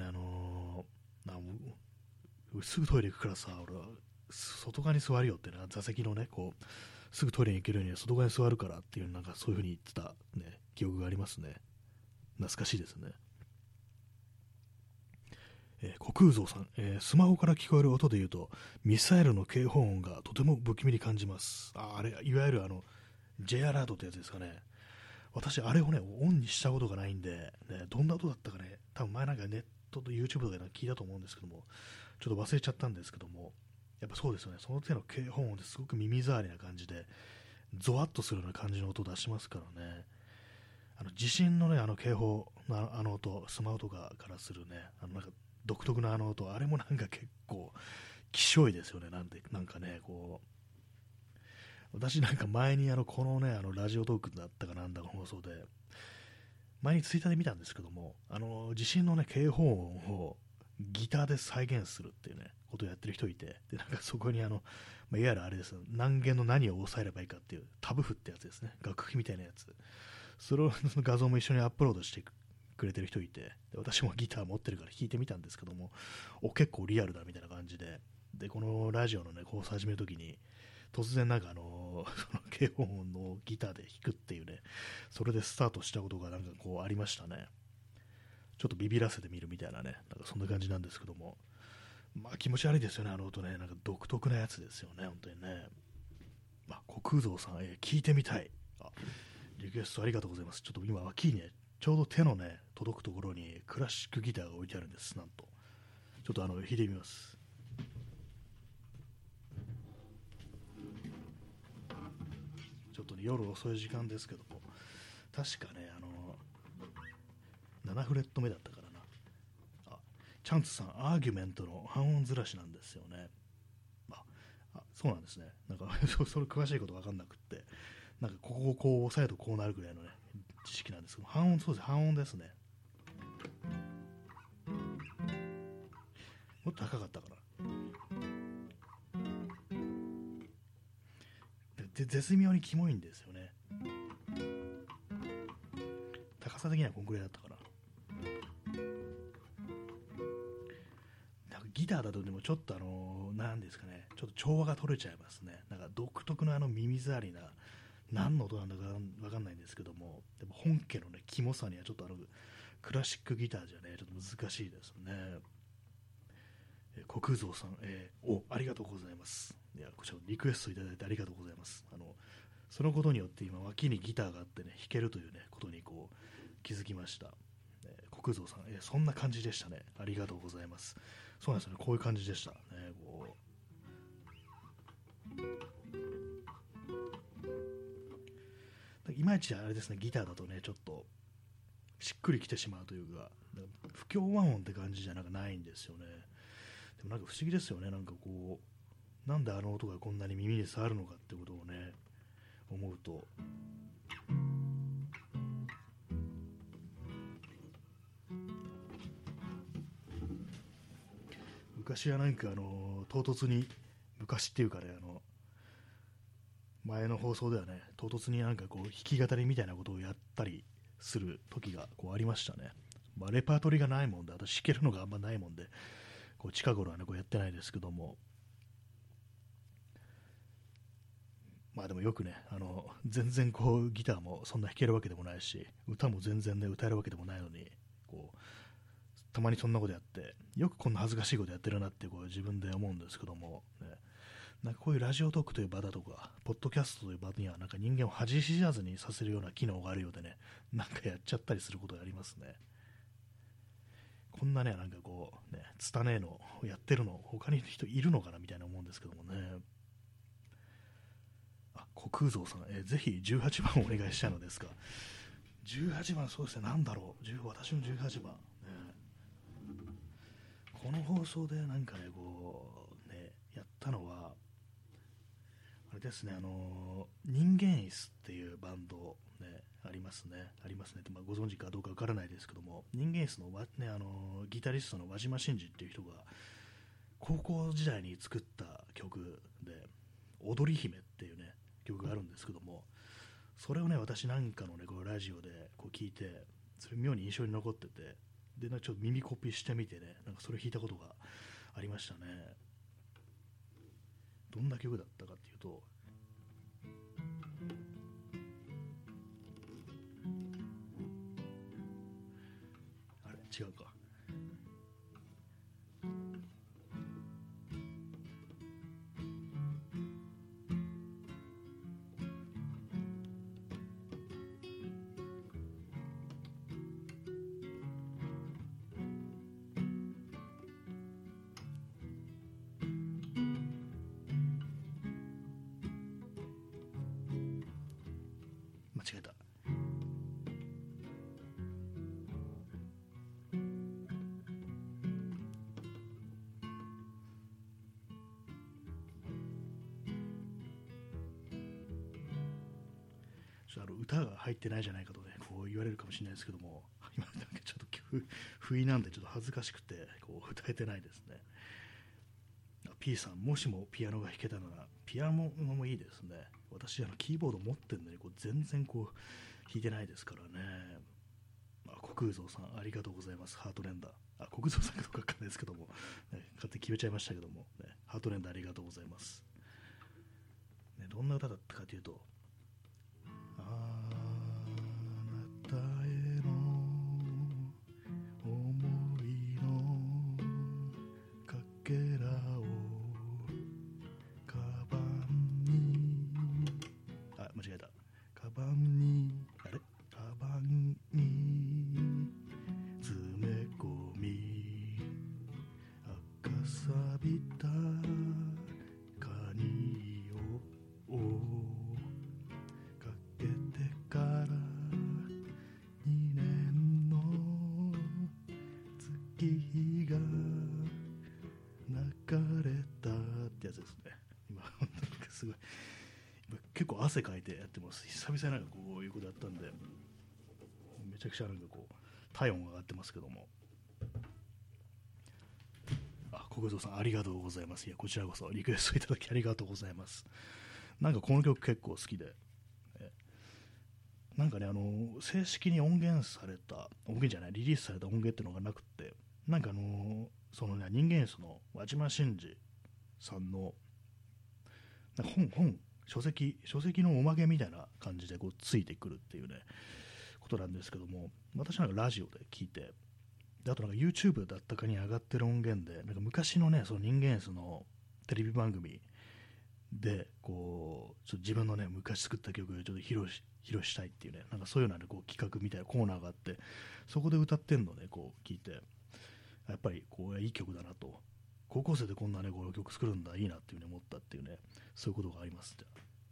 すぐトイレ行くからさ、俺は外側に座るよってね、座席のね、こう、すぐトイレに行けるように外側に座るからっていう、なんかそういう風に言ってた、ね、記憶がありますね。懐かしいですね。虚空蔵さん、スマホから聞こえる音で言うと、ミサイルの警報音がとても不気味に感じます。あれ、いわゆるJ アラートってやつですかね。私、あれをね、オンにしたことがないんで、ね、どんな音だったかね、多分前なんかネットと YouTube とかで聞いたと思うんですけども、ちょっと忘れちゃったんですけども、やっぱそうですよね、その手の警報音ですごく耳障りな感じで、ゾワッとするような感じの音を出しますからね。地震のね、警報の音、スマホとかからするね、なんか独特な音、あれもなんか結構、きしょいですよね、なんかね、こう、私なんか前にこのね、ラジオトークだったかなんだか放送で、前にツイッターで見たんですけども、地震のね、警報音をギターで再現するっていうね、ことをやってる人いて、で、なんかそこにいわゆるあれです、何弦の何を押さえればいいかっていう、タブ譜ってやつですね、楽譜みたいなやつ。その画像も一緒にアップロードしてくれてる人いて、で私もギター持ってるから弾いてみたんですけども、結構リアルだみたいな感じで、で、このラジオのね、コース始めるときに、突然なんかその警報音のギターで弾くっていうね、それでスタートしたことがなんかこうありましたね。ちょっとビビらせてみるみたいなね、なんかそんな感じなんですけども、まあ気持ち悪いですよね、音ね、なんか独特なやつですよね、本当にね。虚空蔵さん、聞いてみたい。リクエストありがとうございます。ちょっと今、脇にね、ちょうど手のね、届くところにクラシックギターが置いてあるんです、なんと。ちょっと弾いてみます。ちょっとね、夜遅い時間ですけども、確かね、7フレット目だったからな。チャンツさん、アーギュメントの半音ずらしなんですよね。そうなんですね。なんかそれ詳しいこと分かんなくって、なんかここをこう押さえるとこうなるぐらいのね、知識なんですけど、半音、そうです、半音ですね。もっと高かったかな。で絶妙にキモいんですよね。高さ的にはこんくらいだったかな。なんかギターだとでもちょっとなんですかね、ちょっと調和が取れちゃいますね。なんか独特の耳障りな、何の音なんだかわかんないんですけども、でも本家のね、キモさにはちょっとクラシックギターじゃね、ちょっと難しいですね。虚空蔵さん、ありがとうございます。いや、こちらリクエストいただいてありがとうございます。そのことによって今脇にギターがあってね、弾けるというね、ことにこう気づきました。虚空蔵さん、そんな感じでしたね。ありがとうございます。そうなんですよね、こういう感じでしたね。いまいちあれですね、ギターだとね、ちょっとしっくりきてしまうというか、不協和音って感じじゃないんですよね。でもなんか不思議ですよね、なんかこう、なんであの音がこんなに耳に触るのかってことをね、思うと。昔はなんか唐突に、昔っていうかね、前の放送ではね、唐突になんかこう弾き語りみたいなことをやったりする時がこうありましたね。レパートリーがないもんで、私弾けるのがあんまないもんで、こう近頃はねこうやってないですけども、 まあでもよくね、全然こうギターもそんな弾けるわけでもないし、歌も全然ね、歌えるわけでもないのに、こう、たまにそんなことやって、よくこんな恥ずかしいことやってるなってこう自分で思うんですけども、ね、なんかこういうラジオトークという場だとか、ポッドキャストという場には、なんか人間を恥知らずにさせるような機能があるようでね、なんかやっちゃったりすることがありますね。こんなね、なんかこう、ね、つたねえのをやってるの、他に人いるのかなみたいな思うんですけどもね。あ、虚空蔵さん、ぜひ18番お願いしたいのですが、18番、そうですね、なんだろう、私の18番、ね、この放送でなんかね、こう、ね、やったのは、あれですね、人間椅子っていうバンド、ね、ありますねって、まあ、ご存知かどうかわからないですけども、人間椅子の、ね、ギタリストの輪島真司っていう人が高校時代に作った曲で踊り姫っていうね曲があるんですけども、それをね私なんかのねこうラジオでこう聞いて、それ妙に印象に残ってて、でなんかちょっと耳コピーしてみてね、なんかそれ弾いたことがありましたね。どんな曲だったかっていうと、あれ違うか、間違えた。歌が入ってないじゃないかとねこう言われるかもしれないですけども、今なんかちょっと不意なんでちょっと恥ずかしくてこう歌えてないですね。P さん、もしもピアノが弾けたなら、ピアノもいいですね。私キーボード持ってるのにこう全然こう弾いてないですからね。虚空蔵さんありがとうございます。ハートレンダー、虚空蔵さんかどうかわかんないですけども、ね、勝手に決めちゃいましたけども、ね、ハートレンダーありがとうございます、ね、どんな歌だったかというと、あなたへの思いのかけらをカバンに、間違えた、カバンに、カバンに詰め込み、赤さびたカニをかけてから2年の月が流れたってやつですね。今すごい結構汗かいてやってます。久々になんかこういうことやったんで、めちゃくちゃなんかこう体温が上がってますけども、国蔵さんありがとうございます。いやこちらこそリクエストいただきありがとうございます。なんかこの曲結構好きで、なんかね正式に音源された音源じゃないリリースされた音源っていうのがなくって、なんかそのね人間椅子の輪島真司さんのなんか書籍のおまけみたいな感じでこうついてくるっていうねことなんですけども、私なんかラジオで聞いて、であとなんか YouTube だったかに上がってる音源で、なんか昔のねその人間椅子のテレビ番組でこうちょっと自分のね昔作った曲をちょっと披露したいっていうね、なんかそういうのねこう企画みたいなコーナーがあって、そこで歌ってんのねこう聞いて、やっぱりこういい曲だなと、高校生でこんなねこう曲作るんだいいなっていう風に思ったっていうね、そういうことがあります。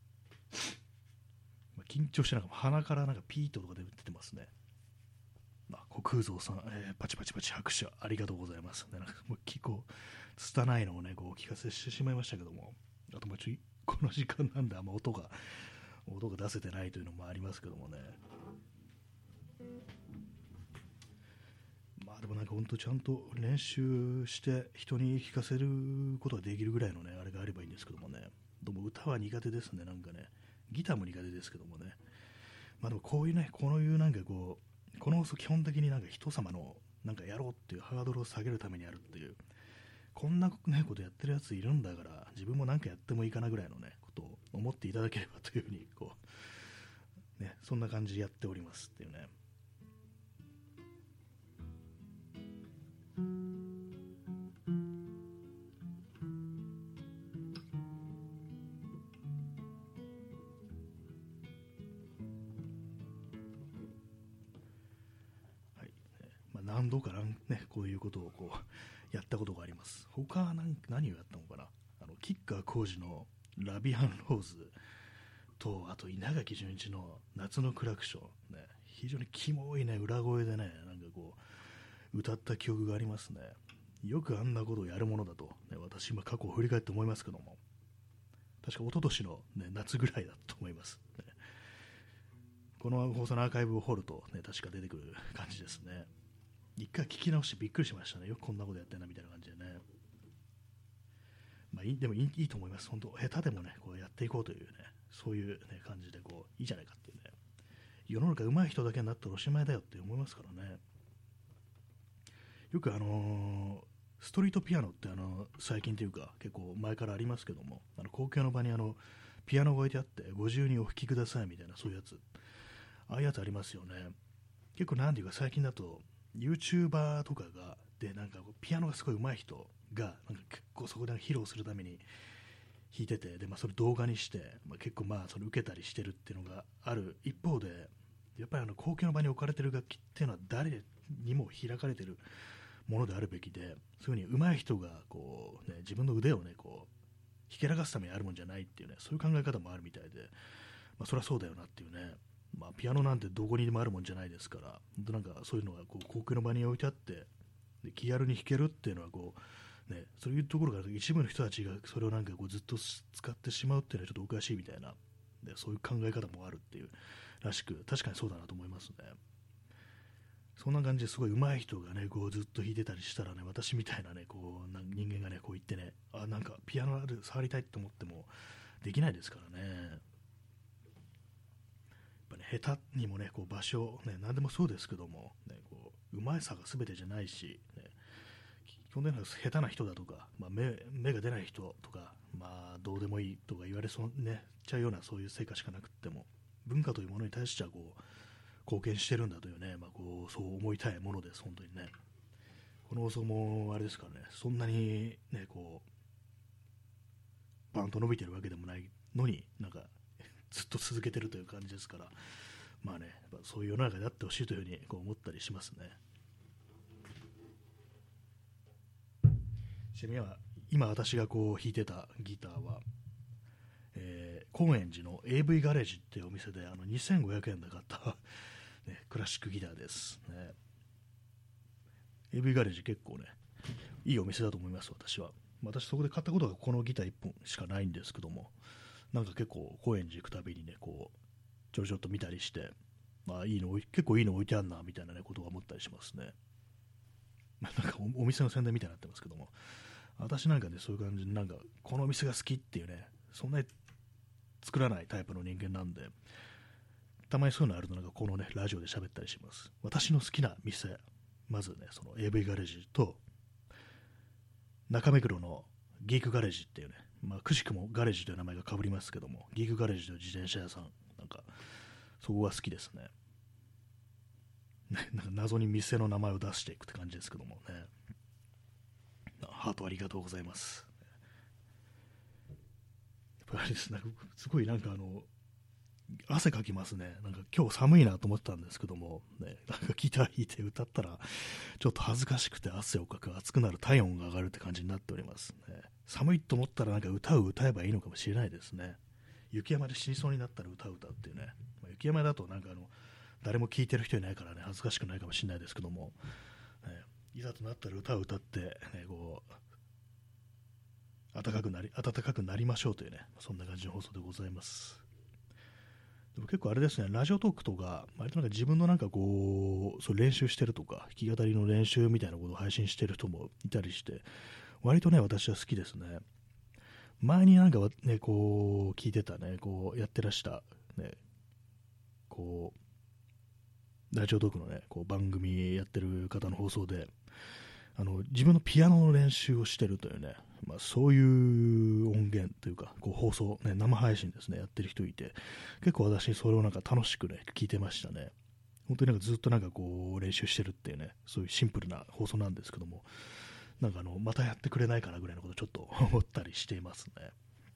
緊張してなんか鼻からなんかピーッとか出てますね。虚空蔵さん、パチパチパチ拍手ありがとうございます。なんかもう結構拙いのをねこう聞かせしてしまいましたけども、あとこの時間なんであんま音が出せてないというのもありますけどもね。でもなんか本当ちゃんと練習して人に聴かせることができるぐらいのねあれがあればいいんですけどもね、どうも歌は苦手ですね。なんかねギターも苦手ですけどもね、でもこういうねこういうなんかこの放送基本的になんか人様のなんかやろうっていうハードルを下げるためにやるっていう、こんなねことやってるやついるんだから自分もなんかやってもいいかなぐらいのねことを思っていただければというふうにね、そんな感じでやっておりますっていうね。はい、何度かね、こういうことをやったことがあります。他は何をやったのかな。吉川晃司のラビアンローズと、あと稲垣潤一の夏のクラクション、ね、非常にキモいね、裏声でね、歌った記憶がありますね。よくあんなことをやるものだと、ね、私今過去を振り返って思いますけども、確か一昨年の、ね、夏ぐらいだと思います、ね。この放送のアーカイブを掘ると、ね、確か出てくる感じですね。一回聞き直してびっくりしましたね。よくこんなことやってんなみたいな感じでね。でもいいと思います。本当下手でもね、やっていこうというね、そういう、ね、感じでいいじゃないかっていうね。世の中上手い人だけになったらおしまいだよって思いますからね。よくストリートピアノって最近というか結構前からありますけども、公共の場にピアノが置いてあってご自由にお弾きくださいみたいな、そういうやつ、ああいうやつありますよね。結構なんていうか最近だと YouTuber とかがでピアノがすごい上手い人が結構そこで披露するために弾いてて、で、それ動画にして、結構それ受けたりしてるっていうのがある一方で、やっぱり公共の場に置かれてる楽器っていうのは誰にも開かれてるものであるべきで、そういうふうに上手い人が自分の腕をねひけらかすためにあるもんじゃないっていうね、そういう考え方もあるみたいで、そりゃそうだよなっていうね。ピアノなんてどこにでもあるもんじゃないですから、本当そういうのが公共の場に置いてあってで気軽に弾けるっていうのはね、そういうところから一部の人たちがそれをずっと使ってしまうっていうのはちょっとおかしいみたいな、でそういう考え方もあるっていうらしく、確かにそうだなと思いますね。そんな感じですごい上手い人がねずっと弾いてたりしたらね、私みたいなね人間がね言ってね、ピアノある触りたいって思ってもできないですからね。やっぱね、下手にもね場所ね、何でもそうですけどもね、上手さが全てじゃないし、ね、基本的には下手な人だとか、目が出ない人とか、どうでもいいとか言われそうねちゃうような、そういう成果しかなくっても、文化というものに対しては貢献してるんだというね、そう思いたいものです。本当にね。この放送もあれですからね、そんなにねバンと伸びてるわけでもないのにずっと続けてるという感じですから、そういう世の中であってほしいというふうに思ったりしますね。ちなみに今私が弾いてたギターは、高円寺の AV ガレージっていうお店で2500円で買ったね、クラシックギターです、ね。AV ガレージ結構ねいいお店だと思います。私そこで買ったことがこのギター1本しかないんですけども、結構高円寺行くたびにねちょろちょっと見たりして、結構いいの置いてあるなみたいなねことは思ったりしますね。お店の宣伝みたいになってますけども、私ねそういう感じでこのお店が好きっていうね、そんなに作らないタイプの人間なんで、たまにそういうのあるとこのねラジオで喋ったりします。私の好きな店、まずねその AV ガレージと中目黒のギークガレージっていうね、くしくもガレージという名前がかぶりますけども、ギークガレージという自転車屋さん、そこが好きですね。謎に店の名前を出していくって感じですけどもね。ハートありがとうございます。やっぱりですね、すごい汗かきますね。今日寒いなと思ってたんですけども、ね、ギター弾いて歌ったらちょっと恥ずかしくて汗をかく、熱くなる、体温が上がるって感じになっております、ね。寒いと思ったら歌を歌えばいいのかもしれないですね。雪山で死にそうになったら歌を歌うっていうね。雪山だと誰も聴いてる人いないからね恥ずかしくないかもしれないですけども、ね、いざとなったら歌を歌って、ね、暖かくなりましょうというね、そんな感じの放送でございます。でも結構あれですね、ラジオトークとか割と自分のそう練習してるとか弾き語りの練習みたいなことを配信してる人もいたりして、割とね私は好きですね。前にね聞いてたねやってらしたねラジオトークのね番組やってる方の放送で自分のピアノの練習をしてるというね、そういう音源というか、こう放送、ね、生配信ですね、やってる人いて、結構私、それをなんか楽しくね、聞いてましたね。本当になんかずっとなんかこう練習してるっていうね、そういうシンプルな放送なんですけども、なんかまたやってくれないかなぐらいのことをちょっと思ったりしていますね。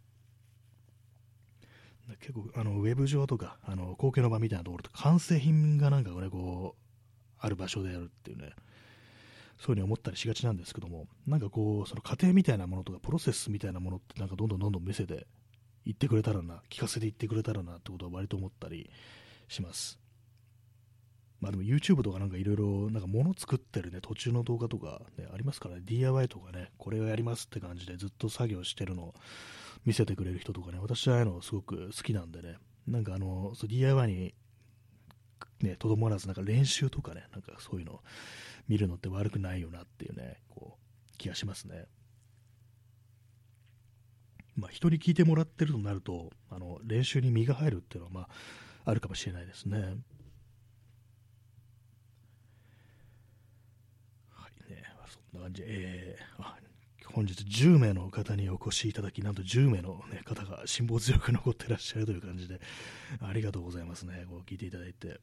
結構ウェブ上とか公共の場みたいなところと完成品がなんかねこうある場所でやるっていうね、そういうふうに思ったりしがちなんですけども、なんかこうその過程みたいなものとかプロセスみたいなものってなんかどんどん見せていってくれたらな、聞かせていってくれたらなってことは割と思ったりします。でも YouTube とかなんかいろいろなんか物作ってるね途中の動画とか、ね、ありますからね、 DIY とかね、これをやりますって感じでずっと作業してるのを見せてくれる人とかね、私はああいうのすごく好きなんでね、なんかそう DIY にねとどまらずなんか練習とかね、なんかそういうのを見るのって悪くないよなっていうね、こう気がしますね。人に聞いてもらってるとなると練習に身が入るっていうのはあるかもしれないですね。ね、そんな感じで、本日10名の方にお越しいただき、なんと10名の、ね、方が辛抱強く残ってらっしゃるという感じで、ありがとうございますね、こう聞いていただいて。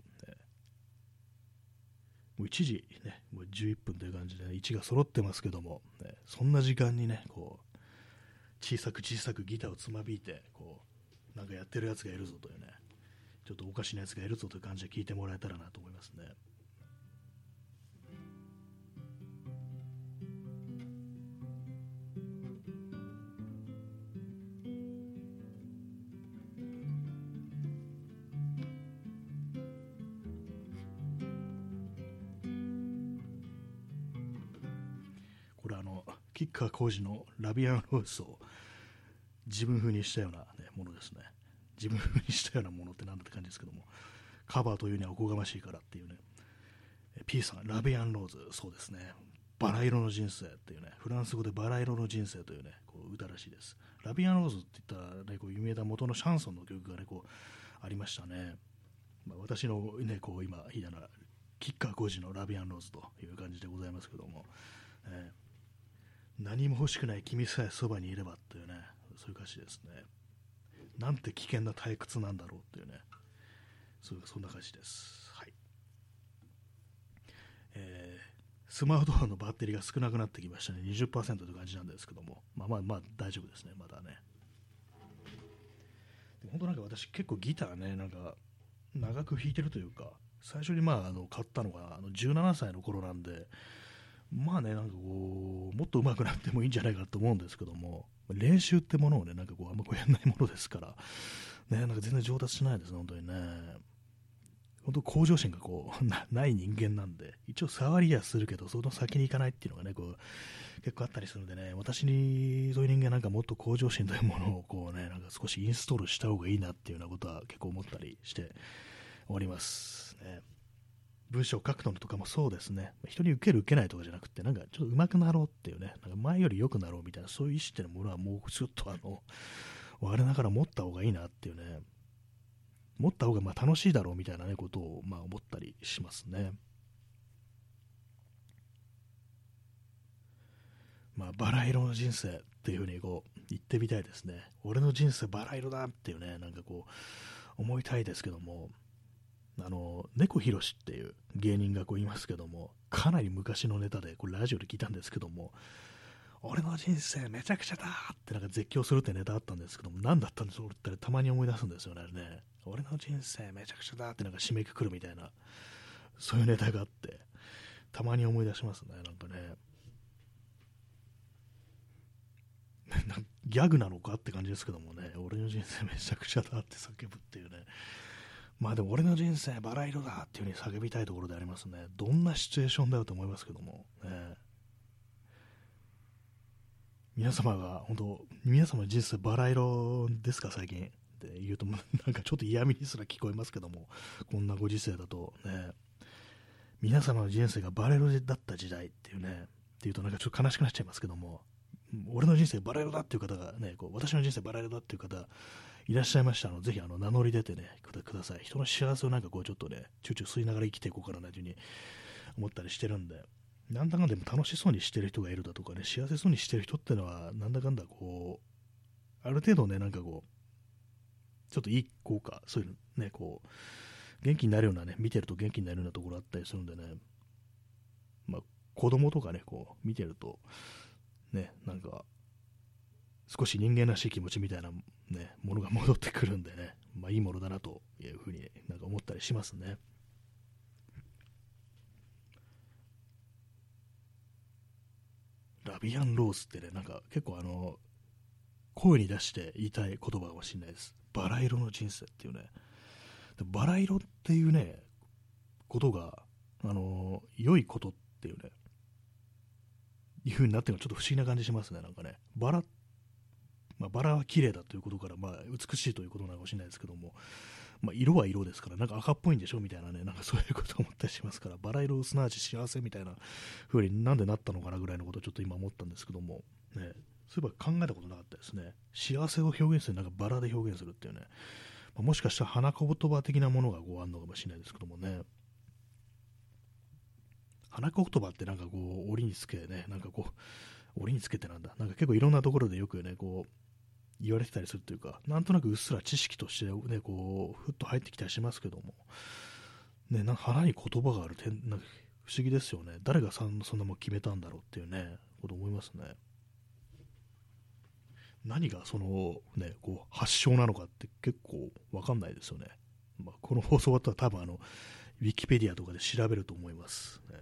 もう1時、ね、もう11分という感じで、ね、1が揃ってますけども、ね、そんな時間にね、こう小さくギターをつまびいて、こうなんかやってるやつがいるぞというね、ちょっとおかしなやつがいるぞという感じで聞いてもらえたらなと思いますね。これ吉川晃司のラビアンローズを自分風にしたような、ね、ものですね。自分風にしたようなものってなんだって感じですけども、カバーというにはおこがましいからっていうね。P さん、ラビアンローズ、そうですね。バラ色の人生っていうね、フランス語でバラ色の人生というね、こう歌らしいです。ラビアンローズって言ったら、ね、こう有名な元のシャンソンの曲がね、こうありましたね。私のね、こう今、弾いたのは、吉川晃司のラビアンローズという感じでございますけども、何も欲しくない君さえそばにいればというね、そういう歌詞ですね。なんて危険な退屈なんだろうっていうね、そんな歌詞です。はい。スマートフォンのバッテリーが少なくなってきましたね。20% という感じなんですけども、大丈夫ですね、まだね。で本当なんか私結構ギターね、なんか長く弾いてるというか、最初に買ったのが17歳の頃なんで、なんかこうもっと上手くなってもいいんじゃないかと思うんですけども、練習ってものをね、なんかこうあんまこうやんないものですからね、なんか全然上達しないですね、本当にね。本当向上心がこうない人間なんで、一応触りはするけどその先に行かないっていうのがね、こう結構あったりするんでね、私にそういう人間なんかもっと向上心というものをこうね、なんか少しインストールした方がいいなっていうようなことは結構思ったりしておりますね。文章を書くのとかもそうですね、人に受ける受けないとかじゃなくて、なんかちょっと上手くなろうっていうね、なんか前より良くなろうみたいな、そういう意思っていうものはもうちょっと我ながら持った方がいいなっていうね、持った方が楽しいだろうみたいな、ね、ことを思ったりしますね。バラ色の人生っていうふうにこう言ってみたいですね。俺の人生バラ色だっていうね、なんかこう思いたいですけども、猫ひろしっていう芸人がこういますけども、かなり昔のネタでこれラジオで聞いたんですけども、俺の人生めちゃくちゃだってなんか絶叫するってネタあったんですけども、何だったんですかってたまに思い出すんですよね、あれね。俺の人生めちゃくちゃだってなんか締めくくるみたいな、そういうネタがあってたまに思い出しますね。なんかねギャグなのかって感じですけどもね、俺の人生めちゃくちゃだって叫ぶっていうね。でも俺の人生バラ色だっていう風に叫びたいところでありますね。どんなシチュエーションだよと思いますけども、ね、皆様が本当、皆様の人生バラ色ですか最近って言うとなんかちょっと嫌味にすら聞こえますけども、こんなご時世だとね、皆様の人生がバラ色だった時代っていうね、っていうとなんかちょっと悲しくなっちゃいますけども、俺の人生バラ色だっていう方がね、こう私の人生バラ色だっていう方いらっしゃいましたら、ぜひ名乗り出てねください。人の幸せをなんかこうちょっとねチューチュー吸いながら生きていこうかなというふうに思ったりしてるんで、 なんだかんだでも楽しそうにしてる人がいるだとかね、幸せそうにしてる人ってのは、なんだかんだこう、ある程度ね、なんかこう、ちょっといい効果、そういうのね、こう、元気になるようなね、見てると元気になるようなところあったりするんでね、まあ、子供とかね、こう、見てると、ね、なんか、少し人間らしい気持ちみたいな、ね、ものが戻ってくるんでね、まあ、いいものだなというふうになんか思ったりしますね。ラビアンローズってね、なんか結構声に出して言いたい言葉かもしれないです。バラ色の人生っていうね。バラ色っていうね、ことが、良いことっていうね、いう風になってるのはちょっと不思議な感じしますね、なんかね。バラは綺麗だということから、まあ、美しいということなのかもしれないですけども、まあ、色は色ですから、なんか赤っぽいんでしょみたいなね、なんかそういうことを思ったりしますから、バラ色すなわち幸せみたいな風になんでなったのかなぐらいのことをちょっと今思ったんですけども、ね、そういえば考えたことなかったですね。幸せを表現する、なんかバラで表現するっていうね、まあ、もしかしたら花言葉的なものがこうあるのかもしれないですけどもね、花言葉ってなんかこう、折につけね、なんかこう、折につけてなんだ、なんか結構いろんなところでよくね、こう、言われてたりするというか、なんとなくうっすら知識としてね、こう、ふっと入ってきたりしますけども、ね、なんか花に言葉があるなんか不思議ですよね。誰がそんなもん決めたんだろうっていうね、こと思いますね。何がそのね、こう発祥なのかって結構わかんないですよね。まあ、この放送終わったら多分ウィキペディアとかで調べると思います、ね。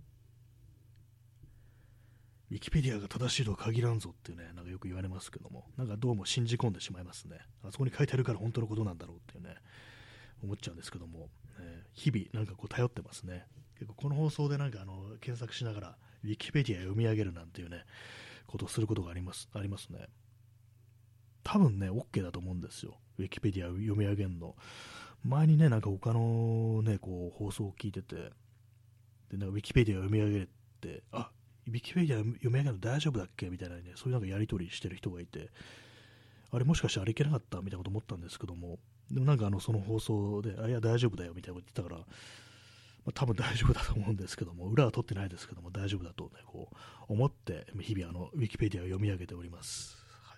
ウィキペディアが正しいとは限らんぞっていうね、なんかよく言われますけども、なんかどうも信じ込んでしまいますね。あそこに書いてあるから本当のことなんだろうっていうね、思っちゃうんですけども、日々なんかこう頼ってますね。結構この放送でなんか検索しながらウィキペディア読み上げるなんていうね、ことをすることがありますね。多分ね、OK だと思うんですよ。ウィキペディアを読み上げるの。前にね、なんか他のね、こう放送を聞いてて、で、なんかウィキペディアを読み上げて、あ、ウィキペディア読み上げるの大丈夫だっけみたいなね、そういうなんかやり取りしてる人がいて、あれもしかしてあれいけなかったみたいなこと思ったんですけども、でもなんかその放送で、いや大丈夫だよみたいなこと言ってたから、まあ、多分大丈夫だと思うんですけども、裏は取ってないですけども、大丈夫だと、ね、こう思って、日々ウィキペディアを読み上げております。はい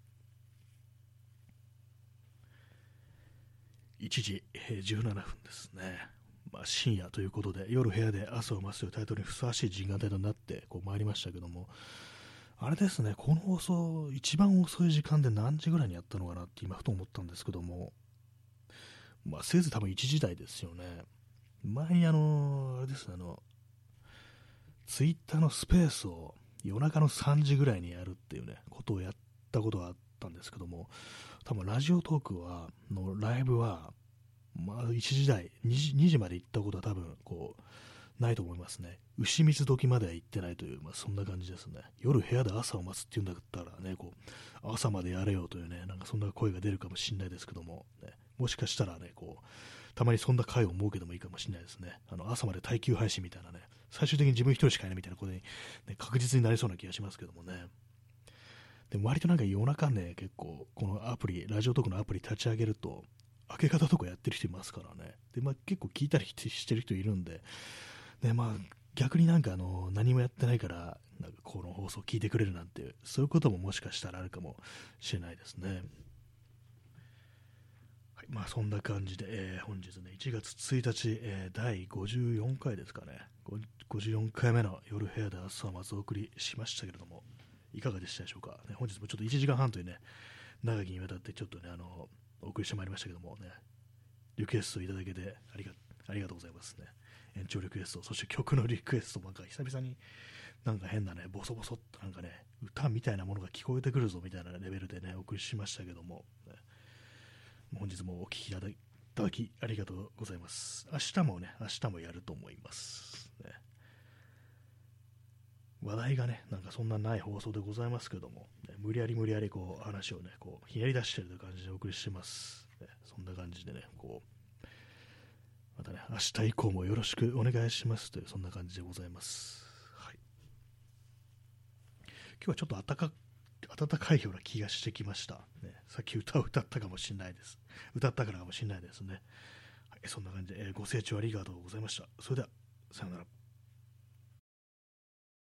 、1時17分ですね。まあ、深夜ということで、夜部屋で朝を待つというタイトルにふさわしい時間帯となってこう参りましたけども、あれですね、この放送、一番遅い時間で何時ぐらいにやったのかなって今ふと思ったんですけども、まあ、せいぜい多分1時台ですよね。前にあれですね、ツイッターのスペースを夜中の3時ぐらいにやるっていうね、ことをやったことがあったんですけども、多分ラジオトークのライブは、まあ1時台、2時まで行ったことは多分こう、ないと思いますね。牛水時までは行ってないという、まあ、そんな感じですね。夜部屋で朝を待つっていうんだったらね、こう、朝までやれよというね、なんかそんな声が出るかもしれないですけども、ね、もしかしたらね、こう、たまにそんな回を設けてもいいかもしれないですね。朝まで耐久配信みたいなね、最終的に自分一人しかいないみたいなことに、ね、確実になりそうな気がしますけどもね。でも割となんか夜中ね、結構、このアプリ、ラジオトークのアプリ立ち上げると、明け方とかやってる人いますからね。で、まあ結構聞いたりしてる人いるんで、で、まあ逆になんか何もやってないから、なんかこの放送聞いてくれるなんて、そういうことももしかしたらあるかもしれないですね。はい、まあそんな感じで、本日ね、1月1日、第54回ですかね。54回目の夜部屋で朝をまずお送りしましたけれども、いかがでしたでしょうか。ね、本日もちょっと1時間半というね、長きにわたってちょっとね、お送りしてまいりましたけどもね、リクエストいただけてありがとうございますね。延長リクエスト、そして曲のリクエスト、なんか久々になんか変なね、ボソボソっとなんかね、歌みたいなものが聞こえてくるぞみたいなレベルでね、お送りしましたけども、ね、本日もお聴きいただきありがとうございます。明日もやると思います。ね、話題がね、なんかそんなない放送でございますけども、ね、無理やりこう話をね、こうひねり出しているという感じでお送りしてます。ね、そんな感じでね、こう、またね、明日以降もよろしくお願いしますという、そんな感じでございます。はい、今日はちょっと暖かいような気がしてきました。ね、さっき歌を歌ったかもしれないです。歌ったからかもしれないですね。はい、そんな感じで、ご清聴ありがとうございました。それでは、さようなら。